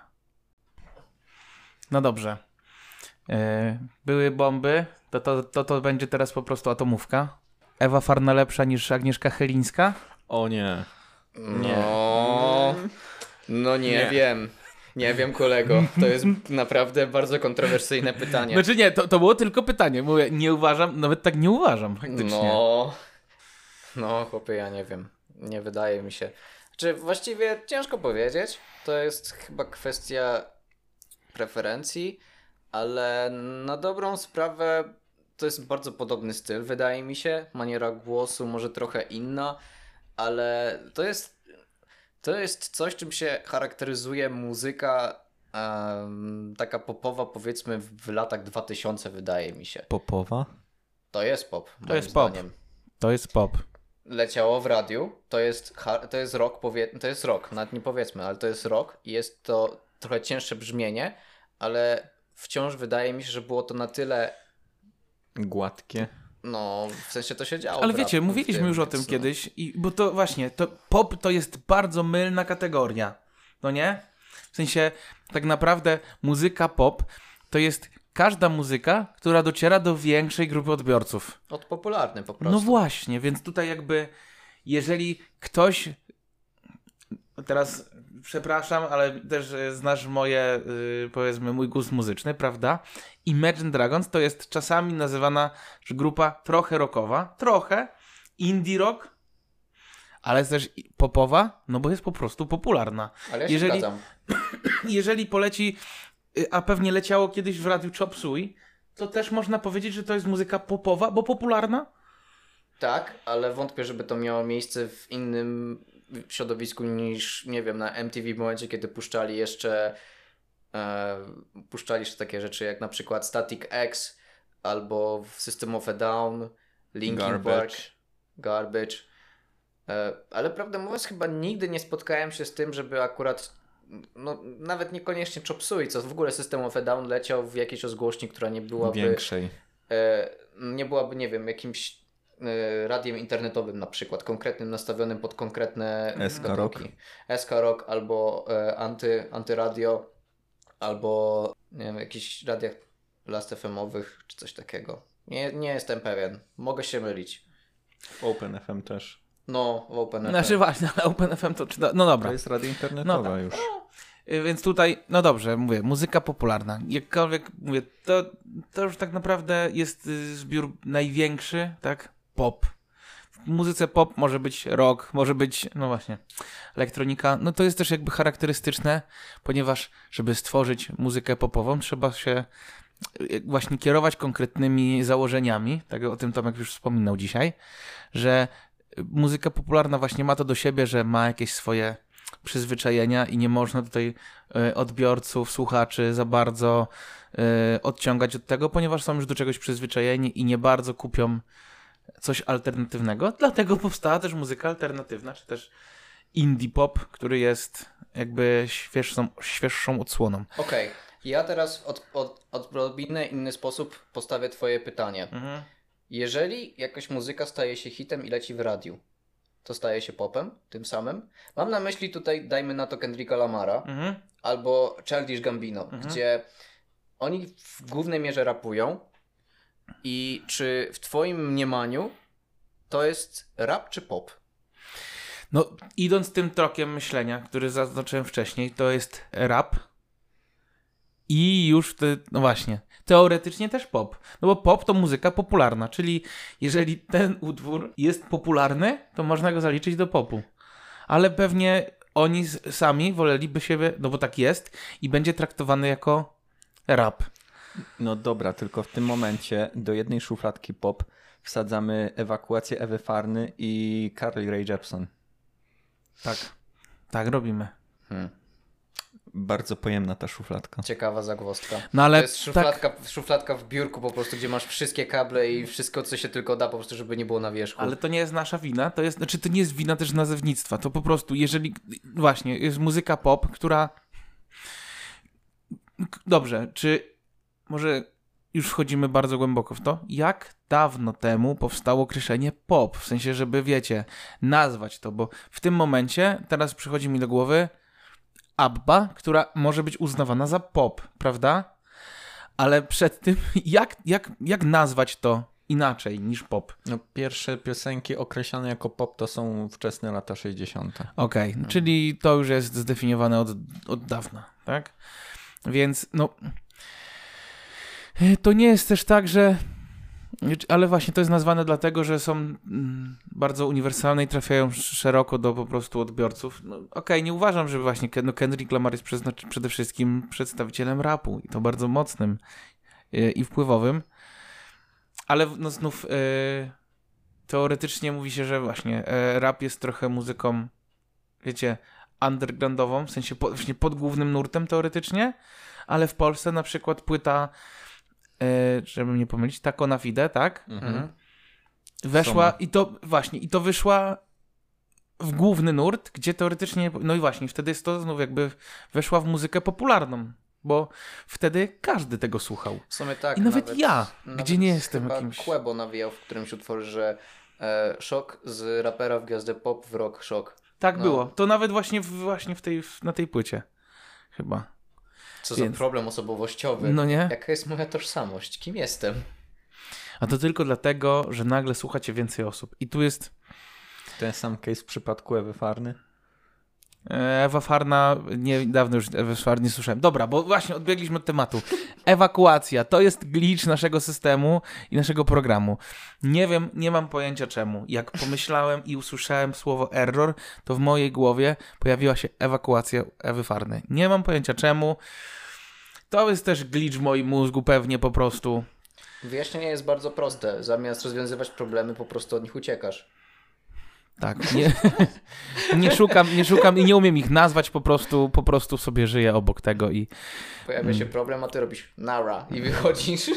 [SPEAKER 2] No dobrze. Yy, były bomby, to to, to to będzie teraz po prostu atomówka. Ewa Farna lepsza niż Agnieszka Chylińska?
[SPEAKER 1] O nie.
[SPEAKER 3] Nie. No, no nie, nie wiem. Nie wiem, kolego. To jest naprawdę bardzo kontrowersyjne pytanie.
[SPEAKER 2] Znaczy nie, to, to było tylko pytanie. Mówię, nie uważam, nawet tak nie uważam faktycznie.
[SPEAKER 3] No, no chłopie, ja nie wiem. Nie wydaje mi się. Czy właściwie ciężko powiedzieć. To jest chyba kwestia preferencji, ale na dobrą sprawę to jest bardzo podobny styl, wydaje mi się. Maniera głosu może trochę inna, ale to jest To jest coś, czym się charakteryzuje muzyka um, taka popowa, powiedzmy w latach dwa tysiące, wydaje mi się.
[SPEAKER 1] Popowa?
[SPEAKER 3] To jest pop, moim
[SPEAKER 2] to jest
[SPEAKER 3] zdaniem.
[SPEAKER 2] Pop. To jest pop.
[SPEAKER 3] Leciało w radiu, to jest, to jest rock, powie, to jest rock, nawet nie powiedzmy, ale to jest rock i jest to trochę cięższe brzmienie, ale wciąż wydaje mi się, że było to na tyle
[SPEAKER 1] gładkie.
[SPEAKER 3] No, w sensie to się działo.
[SPEAKER 2] Ale wiecie, mówiliśmy tym, już o tym no. kiedyś, i, bo to właśnie, to pop to jest bardzo mylna kategoria, no nie? W sensie, tak naprawdę muzyka pop to jest każda muzyka, która dociera do większej grupy odbiorców.
[SPEAKER 3] Odpopularny po prostu.
[SPEAKER 2] No właśnie, więc tutaj jakby, jeżeli ktoś, teraz przepraszam, ale też znasz moje, yy, powiedzmy, mój gust muzyczny, prawda? Imagine Dragons to jest czasami nazywana grupa trochę rockowa, trochę indie rock, ale jest też popowa, no bo jest po prostu popularna.
[SPEAKER 3] Ale ja się
[SPEAKER 2] jeżeli,
[SPEAKER 3] zgadzam.
[SPEAKER 2] Jeżeli poleci, a pewnie leciało kiedyś w radiu Chop Suey, to też można powiedzieć, że to jest muzyka popowa, bo popularna?
[SPEAKER 3] Tak, ale wątpię, żeby to miało miejsce w innym środowisku niż, nie wiem, na M T V w momencie, kiedy puszczali jeszcze e, puszczali jeszcze takie rzeczy jak na przykład Static X albo System of a Down, Linkin
[SPEAKER 1] Garbage.
[SPEAKER 3] Park, Garbage. E, ale prawdę mówiąc chyba nigdy nie spotkałem się z tym, żeby akurat no, nawet niekoniecznie Chop Suey, co w ogóle System of a Down leciał w jakiejś rozgłośni, która nie byłaby
[SPEAKER 1] Większej.
[SPEAKER 3] e, nie byłaby, nie wiem, jakimś e, radiem internetowym na przykład, konkretnym, nastawionym pod konkretne
[SPEAKER 1] S K Rock.
[SPEAKER 3] gatunki. S K Rock albo e, anty, antyradio, albo nie wiem, jakichś radiach last F M-owych, czy coś takiego. Nie, nie jestem pewien. Mogę się mylić.
[SPEAKER 1] Open F M też.
[SPEAKER 3] No, w Open F M.
[SPEAKER 2] Znaczy właśnie, ale Open F M to czy... No dobra.
[SPEAKER 1] To jest radio internetowe
[SPEAKER 2] No tak.
[SPEAKER 1] już.
[SPEAKER 2] Y, Więc tutaj, no dobrze, mówię, muzyka popularna. Jakkolwiek, mówię, to, to już tak naprawdę jest y, zbiór największy, tak? Pop. W muzyce pop może być rock, może być, no właśnie, elektronika. No to jest też jakby charakterystyczne, ponieważ żeby stworzyć muzykę popową, trzeba się y, właśnie kierować konkretnymi założeniami. Tak o tym Tomek już wspominał dzisiaj, że muzyka popularna właśnie ma to do siebie, że ma jakieś swoje przyzwyczajenia i nie można tutaj y, odbiorców, słuchaczy za bardzo y, odciągać od tego, ponieważ są już do czegoś przyzwyczajeni i nie bardzo kupią coś alternatywnego. Dlatego powstała też muzyka alternatywna, czy też indie pop, który jest jakby świeższą, świeższą odsłoną.
[SPEAKER 3] Okej, okay. Ja teraz od, od, od odrobinę inny sposób postawię twoje pytanie.
[SPEAKER 2] Mhm.
[SPEAKER 3] Jeżeli jakaś muzyka staje się hitem i leci w radiu, to staje się popem tym samym? Mam na myśli tutaj, dajmy na to Kendricka Lamara,
[SPEAKER 2] Mhm.
[SPEAKER 3] albo Childish Gambino,
[SPEAKER 2] Mhm.
[SPEAKER 3] gdzie oni w głównej mierze rapują i czy w twoim mniemaniu to jest rap czy pop?
[SPEAKER 2] No, idąc tym trokiem myślenia, który zaznaczyłem wcześniej, to jest rap i już wtedy, no właśnie, teoretycznie też pop. No bo pop to muzyka popularna, czyli jeżeli ten utwór jest popularny, to można go zaliczyć do popu. Ale pewnie oni s- sami woleliby siebie, no bo tak jest, i będzie traktowany jako rap.
[SPEAKER 1] No dobra, tylko w tym momencie do jednej szufladki pop wsadzamy ewakuację Ewy Farny i Carly Rae Jepsen.
[SPEAKER 2] Tak. Tak robimy.
[SPEAKER 3] Hmm.
[SPEAKER 1] Bardzo pojemna ta szufladka.
[SPEAKER 3] Ciekawa zagwozdka.
[SPEAKER 2] No ale
[SPEAKER 3] To jest szufladka, szufladka w biurku po prostu, gdzie masz wszystkie kable i wszystko, co się tylko da, po prostu, żeby nie było na wierzchu.
[SPEAKER 2] Ale to nie jest nasza wina, to jest, znaczy to nie jest wina też nazewnictwa, to po prostu, jeżeli, właśnie, jest muzyka pop, która, dobrze, czy może już wchodzimy bardzo głęboko w to, jak dawno temu powstało określenie pop, w sensie, żeby, wiecie, nazwać to, bo w tym momencie, teraz przychodzi mi do głowy ABBA, która może być uznawana za pop, prawda? Ale przed tym, jak, jak, jak nazwać to inaczej niż pop?
[SPEAKER 1] No, pierwsze piosenki określane jako pop to są wczesne lata sześćdziesiąte.
[SPEAKER 2] Okej, okay, czyli to już jest zdefiniowane od, od dawna, tak? Więc no to nie jest też tak, że ale właśnie to jest nazwane dlatego, że są mm, bardzo uniwersalne i trafiają szeroko do po prostu odbiorców. No, Okej, okay, nie uważam, że właśnie no Kendrick Lamar jest przeznac- przede wszystkim przedstawicielem rapu i to bardzo mocnym yy, i wpływowym, ale no znów yy, teoretycznie mówi się, że właśnie yy, rap jest trochę muzyką, wiecie, undergroundową, w sensie po, właśnie pod głównym nurtem teoretycznie, ale w Polsce na przykład płyta Yy, żeby nie pomylić, Taco na Fide, tak?
[SPEAKER 3] Mhm.
[SPEAKER 2] Weszła i to właśnie, i to wyszła w główny nurt, gdzie teoretycznie, no i właśnie, wtedy jest to znów jakby weszła w muzykę popularną, bo wtedy każdy tego słuchał.
[SPEAKER 3] W sumie tak.
[SPEAKER 2] I nawet, ja,
[SPEAKER 3] nawet
[SPEAKER 2] gdzie nie jestem
[SPEAKER 3] chyba
[SPEAKER 2] jakimś...
[SPEAKER 3] Quebo nawijał w którymś utworze, że e, szok z rapera w gwiazdę pop w rock szok.
[SPEAKER 2] Tak
[SPEAKER 3] no.
[SPEAKER 2] było. To nawet właśnie, w, właśnie w tej, w, na tej płycie. Chyba.
[SPEAKER 3] Co
[SPEAKER 2] Więc...
[SPEAKER 3] za problem osobowościowy.
[SPEAKER 2] No nie?
[SPEAKER 3] Jaka jest moja tożsamość? Kim jestem?
[SPEAKER 2] A to tylko dlatego, że nagle słuchacie więcej osób. I tu jest...
[SPEAKER 1] Ten sam case w przypadku Ewy Farny.
[SPEAKER 2] Ewa Farna, nie, dawno już Ewy Farny nie słyszałem. Dobra, bo właśnie odbiegliśmy od tematu. Ewakuacja, to jest glitch naszego systemu i naszego programu. Nie wiem, nie mam pojęcia czemu. Jak pomyślałem i usłyszałem słowo error, to w mojej głowie pojawiła się ewakuacja Ewy Farny. Nie mam pojęcia czemu. To jest też glitch w moim mózgu pewnie po prostu.
[SPEAKER 3] Wyjaśnienie jest bardzo proste. Zamiast rozwiązywać problemy, po prostu od nich uciekasz.
[SPEAKER 2] Tak, nie, nie szukam, nie szukam i nie umiem ich nazwać, po prostu, po prostu sobie żyję obok tego i...
[SPEAKER 3] Pojawia się problem, a ty robisz nara i wychodzisz.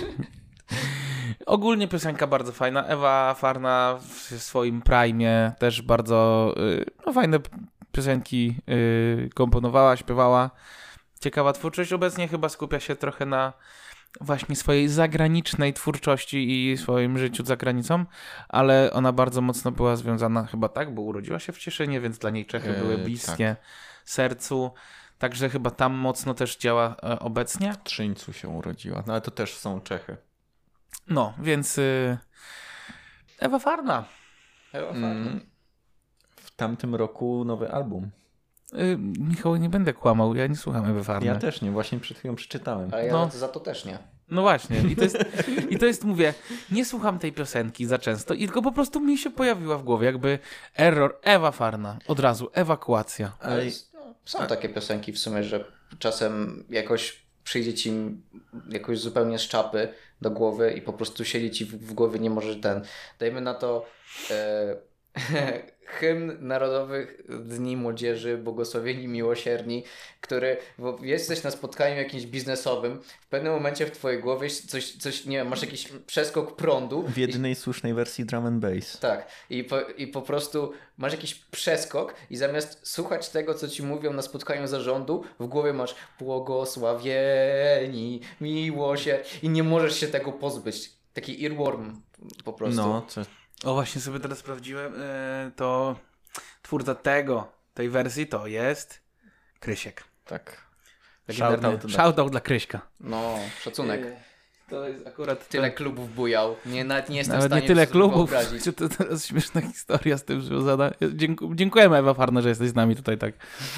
[SPEAKER 2] Ogólnie piosenka bardzo fajna. Ewa Farna w swoim prime też bardzo y, no, fajne piosenki y, komponowała, śpiewała. Ciekawa twórczość. Obecnie chyba skupia się trochę na właśnie swojej zagranicznej twórczości i swoim życiu za granicą, ale ona bardzo mocno była związana chyba tak, bo urodziła się w Cieszynie, więc dla niej Czechy były bliskie tak. sercu. Także chyba tam mocno też działa e, obecnie.
[SPEAKER 1] W Trzyńcu się urodziła, no ale to też są Czechy.
[SPEAKER 2] No, więc y... Ewa Farna.
[SPEAKER 3] Ewa Farna. Mm.
[SPEAKER 1] W tamtym roku nowy album.
[SPEAKER 2] Y, Michał, nie będę kłamał, ja nie słucham Ewy Farny.
[SPEAKER 1] Ja też nie, właśnie przed chwilą przeczytałem.
[SPEAKER 3] Ale ja
[SPEAKER 2] no.
[SPEAKER 3] za to też nie.
[SPEAKER 2] No właśnie, i to jest, i to jest, mówię, nie słucham tej piosenki za często i tylko po prostu mi się pojawiła w głowie, jakby error, Ewa Farna, od razu, ewakuacja.
[SPEAKER 3] Ale no, są takie piosenki w sumie, że czasem jakoś przyjdzie ci jakoś zupełnie z czapy do głowy i po prostu siedzi ci w, w głowie, nie możesz ten. Dajmy na to e, hymn Narodowych Dni Młodzieży, Błogosławieni Miłosierni, który, bo jesteś na spotkaniu jakimś biznesowym, w pewnym momencie w twojej głowie coś, coś nie wiem, masz jakiś przeskok prądu.
[SPEAKER 1] W jedynej i, słusznej wersji drum and bass.
[SPEAKER 3] Tak. I po, I po prostu masz jakiś przeskok i zamiast słuchać tego, co ci mówią na spotkaniu zarządu, w głowie masz błogosławieni miłosierni i nie możesz się tego pozbyć. Taki earworm po prostu.
[SPEAKER 1] No, co...
[SPEAKER 2] O, właśnie sobie teraz sprawdziłem, yy, to twórca tego, tej wersji to jest Krysiek.
[SPEAKER 1] Tak.
[SPEAKER 2] Shoutout shout dla Kryśka.
[SPEAKER 3] No, szacunek.
[SPEAKER 2] Yy, to jest akurat...
[SPEAKER 3] Tyle
[SPEAKER 2] to...
[SPEAKER 3] klubów bujał. Nie, nawet nie jestem
[SPEAKER 2] nawet
[SPEAKER 3] w stanie
[SPEAKER 2] nie tyle klubów.
[SPEAKER 3] wyobrazić.
[SPEAKER 2] Czy to teraz śmieszna historia z tym związana? Dziękuję, dziękujemy Ewa Farna, że jesteś z nami tutaj tak.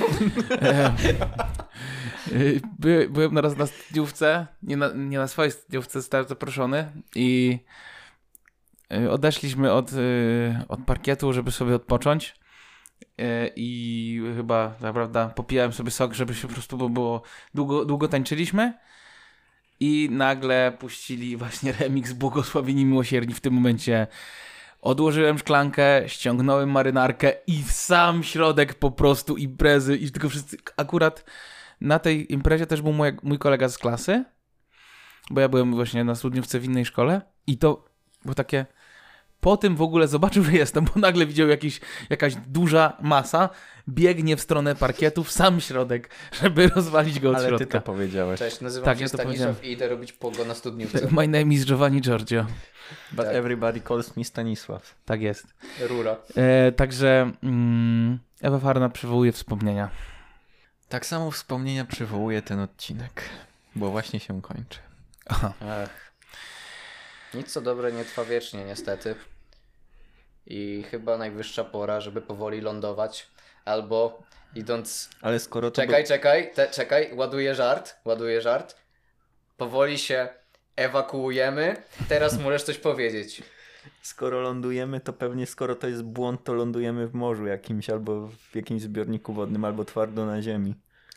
[SPEAKER 2] By, byłem raz na studiówce, nie na, nie na swojej studiówce, zostałem zaproszony i odeszliśmy od, od parkietu, żeby sobie odpocząć i chyba naprawdę popijałem sobie sok, żeby się po prostu, bo było długo, długo tańczyliśmy i nagle puścili właśnie remix Błogosławieni Miłosierni. W tym momencie odłożyłem szklankę, ściągnąłem marynarkę i w sam środek po prostu imprezy i tylko wszyscy, akurat na tej imprezie też był mój, mój kolega z klasy, bo ja byłem właśnie na studniówce w innej szkole i to było takie... Po tym w ogóle zobaczył, że jestem, bo nagle widział jakiś, jakaś duża masa, biegnie w stronę parkietu w sam środek, żeby rozwalić go od
[SPEAKER 1] Ale
[SPEAKER 2] środka.
[SPEAKER 1] ty to powiedziałeś.
[SPEAKER 3] Cześć, nazywam
[SPEAKER 2] tak,
[SPEAKER 3] się
[SPEAKER 2] ja to
[SPEAKER 3] Stanisław i idę robić pogo na studniówce.
[SPEAKER 2] My name is Giovanni Giorgio.
[SPEAKER 1] But
[SPEAKER 3] tak.
[SPEAKER 1] everybody calls me Stanisław.
[SPEAKER 2] Tak jest.
[SPEAKER 3] Rura.
[SPEAKER 2] E, także mm, Ewa Farna przywołuje wspomnienia.
[SPEAKER 1] Tak samo wspomnienia przywołuje ten odcinek, bo właśnie się kończy.
[SPEAKER 2] Aha.
[SPEAKER 3] Ech. Nic co dobre nie trwa wiecznie, niestety. I chyba najwyższa pora, żeby powoli lądować. Albo idąc...
[SPEAKER 1] Ale skoro to
[SPEAKER 3] Czekaj,
[SPEAKER 1] był...
[SPEAKER 3] czekaj, te, czekaj, ładuję żart, ładuję żart. Powoli się ewakuujemy. Teraz możesz coś powiedzieć.
[SPEAKER 1] Skoro lądujemy, to pewnie skoro to jest błąd, to lądujemy w morzu jakimś, albo w jakimś zbiorniku wodnym, albo twardo na ziemi.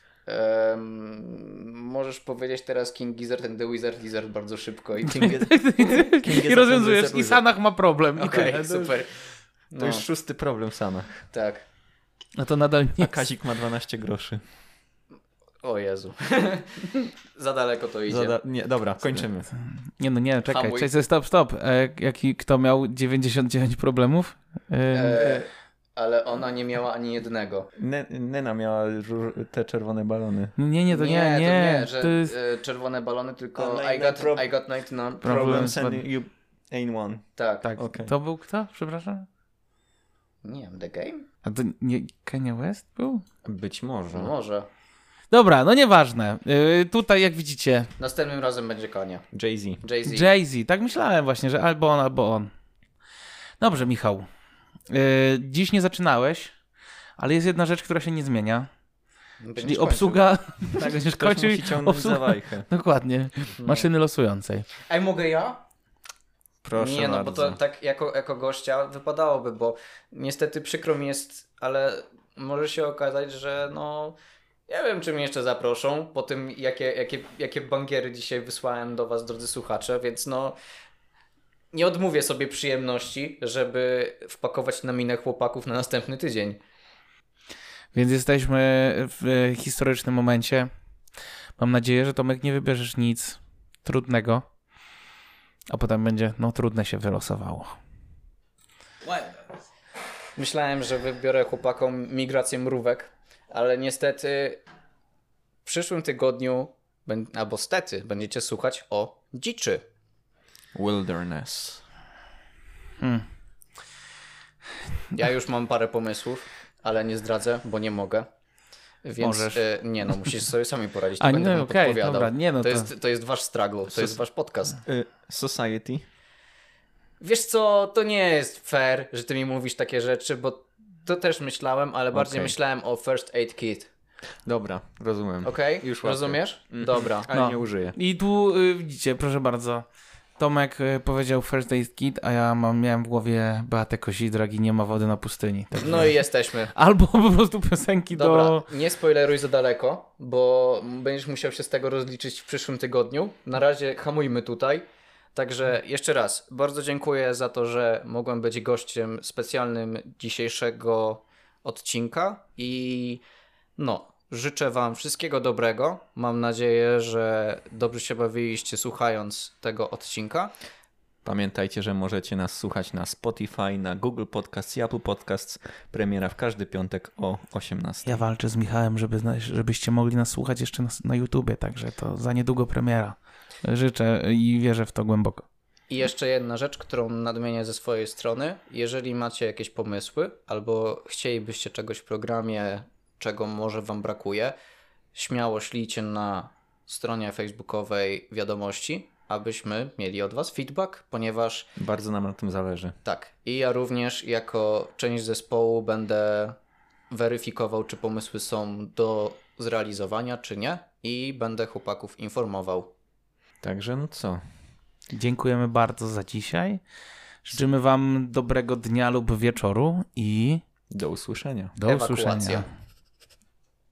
[SPEAKER 3] Um, możesz powiedzieć teraz King Gizzard and the Wizard Lizard bardzo szybko. I,
[SPEAKER 1] King is, King
[SPEAKER 2] I rozwiązujesz, i Sanach ma problem.
[SPEAKER 3] Okej,
[SPEAKER 2] okay,
[SPEAKER 3] super.
[SPEAKER 1] To
[SPEAKER 3] No.
[SPEAKER 1] już szósty problem w Sanach.
[SPEAKER 3] Tak.
[SPEAKER 2] No to nadal nie.
[SPEAKER 1] A Kazik ma dwanaście groszy.
[SPEAKER 3] O Jezu. Za daleko to idzie.
[SPEAKER 1] Zada... Nie, dobra, kończymy.
[SPEAKER 2] Nie no nie, czekaj,
[SPEAKER 3] Hamuj.
[SPEAKER 2] czekaj, stop, stop. E, jaki, kto miał dziewięćdziesiąt dziewięć problemów? E,
[SPEAKER 3] E, ale ona nie miała ani jednego.
[SPEAKER 1] Ne- Nena miała żu- te czerwone balony.
[SPEAKER 2] nie, nie, to nie, nie.
[SPEAKER 3] to nie, że
[SPEAKER 2] to jest...
[SPEAKER 3] e, czerwone balony, tylko
[SPEAKER 1] A,
[SPEAKER 3] I got,
[SPEAKER 1] pro-
[SPEAKER 3] I got ninety-nine.
[SPEAKER 2] Problem
[SPEAKER 1] Problems
[SPEAKER 2] z-
[SPEAKER 1] and you ain't one.
[SPEAKER 3] Tak.
[SPEAKER 2] Tak,
[SPEAKER 1] Okej.
[SPEAKER 2] to był kto? Przepraszam?
[SPEAKER 3] Nie wiem, The Game?
[SPEAKER 2] A to nie Kanye West był?
[SPEAKER 1] Być może.
[SPEAKER 3] Może.
[SPEAKER 2] Dobra, no nieważne. Yy, tutaj jak widzicie
[SPEAKER 3] Następnym razem będzie Kanye.
[SPEAKER 1] Jay-Z.
[SPEAKER 3] Jay-Z.
[SPEAKER 2] Jay-Z, tak myślałem właśnie, że albo on, albo on. Dobrze, Michał. Yy, dziś nie zaczynałeś, ale jest jedna rzecz, która się nie zmienia.
[SPEAKER 3] Będziesz
[SPEAKER 2] Czyli
[SPEAKER 3] kończył.
[SPEAKER 2] obsługa... tak, będziesz
[SPEAKER 1] Ktoś
[SPEAKER 2] kończył
[SPEAKER 1] musi ciągnąć
[SPEAKER 2] obsługa...
[SPEAKER 1] za wajchę.
[SPEAKER 2] Dokładnie.
[SPEAKER 3] No.
[SPEAKER 2] Maszyny losującej.
[SPEAKER 3] Ej, mogę ja?
[SPEAKER 1] Proszę
[SPEAKER 3] Nie, no
[SPEAKER 1] bardzo.
[SPEAKER 3] bo to tak jako, jako gościa wypadałoby, bo niestety przykro mi jest, ale może się okazać, że no nie wiem, czy mnie jeszcze zaproszą po tym, jakie, jakie, jakie bangiery dzisiaj wysłałem do was, drodzy słuchacze, więc no nie odmówię sobie przyjemności, żeby wpakować na minę chłopaków na następny tydzień.
[SPEAKER 2] Więc jesteśmy w historycznym momencie. Mam nadzieję, że Tomek nie wybierzesz nic trudnego, a potem będzie, no trudne się wylosowało.
[SPEAKER 3] Myślałem, że wybiorę chłopakom migrację mrówek, ale niestety w przyszłym tygodniu, albo stety, będziecie słuchać o dziczy.
[SPEAKER 1] Wilderness.
[SPEAKER 2] Hmm.
[SPEAKER 3] Ja już mam parę pomysłów, ale nie zdradzę, bo nie mogę. Więc
[SPEAKER 2] Możesz.
[SPEAKER 3] Y, nie no, musisz sobie sami poradzić.
[SPEAKER 2] A,
[SPEAKER 3] Nie będę
[SPEAKER 2] no,
[SPEAKER 3] wam
[SPEAKER 2] okej,
[SPEAKER 3] podpowiadał.
[SPEAKER 2] dobra, nie no
[SPEAKER 3] to,
[SPEAKER 2] to-
[SPEAKER 3] jest, to jest wasz struggle, to jest wasz podcast.
[SPEAKER 1] Y, Society.
[SPEAKER 3] Wiesz co, to nie jest fair, że ty mi mówisz takie rzeczy, bo to też myślałem, ale bardziej
[SPEAKER 1] Okej.
[SPEAKER 3] myślałem o First Aid Kit.
[SPEAKER 1] Dobra, rozumiem.
[SPEAKER 3] Okej?
[SPEAKER 1] Już łapię.
[SPEAKER 3] Rozumiesz?
[SPEAKER 1] Mhm.
[SPEAKER 3] Dobra.
[SPEAKER 1] Ale
[SPEAKER 2] No.
[SPEAKER 1] nie użyję.
[SPEAKER 2] I tu y, widzicie, proszę bardzo, Tomek y, powiedział First Aid Kit, a ja mam, miałem w głowie Beatę Kozidrak i Nie ma wody na pustyni. Także...
[SPEAKER 3] No i jesteśmy.
[SPEAKER 2] Albo po prostu piosenki
[SPEAKER 3] Dobra,
[SPEAKER 2] do...
[SPEAKER 3] nie spoileruj za daleko, bo będziesz musiał się z tego rozliczyć w przyszłym tygodniu. Na razie hamujmy tutaj. Także jeszcze raz, bardzo dziękuję za to, że mogłem być gościem specjalnym dzisiejszego odcinka i no, życzę wam wszystkiego dobrego. Mam nadzieję, że dobrze się bawiliście słuchając tego odcinka.
[SPEAKER 1] Pamiętajcie, że możecie nas słuchać na Spotify, na Google Podcasts i Apple Podcasts. Premiera w każdy piątek o osiemnastej.
[SPEAKER 2] Ja walczę z Michałem, żeby, żebyście mogli nas słuchać jeszcze na, na YouTubie, także to za niedługo premiera. Życzę i wierzę w to głęboko.
[SPEAKER 3] I jeszcze jedna rzecz, którą nadmienię ze swojej strony. Jeżeli macie jakieś pomysły albo chcielibyście czegoś w programie, czego może wam brakuje, śmiało ślijcie na stronie facebookowej wiadomości, abyśmy mieli od was feedback, ponieważ
[SPEAKER 1] Bardzo nam na tym zależy.
[SPEAKER 3] tak, i ja również jako część zespołu będę weryfikował, czy pomysły są do zrealizowania, czy nie, i będę chłopaków informował.
[SPEAKER 1] Także no co?
[SPEAKER 2] Dziękujemy bardzo za dzisiaj. Życzymy wam dobrego dnia lub wieczoru i
[SPEAKER 1] Do usłyszenia.
[SPEAKER 2] do
[SPEAKER 3] Ewakuacja.
[SPEAKER 2] usłyszenia.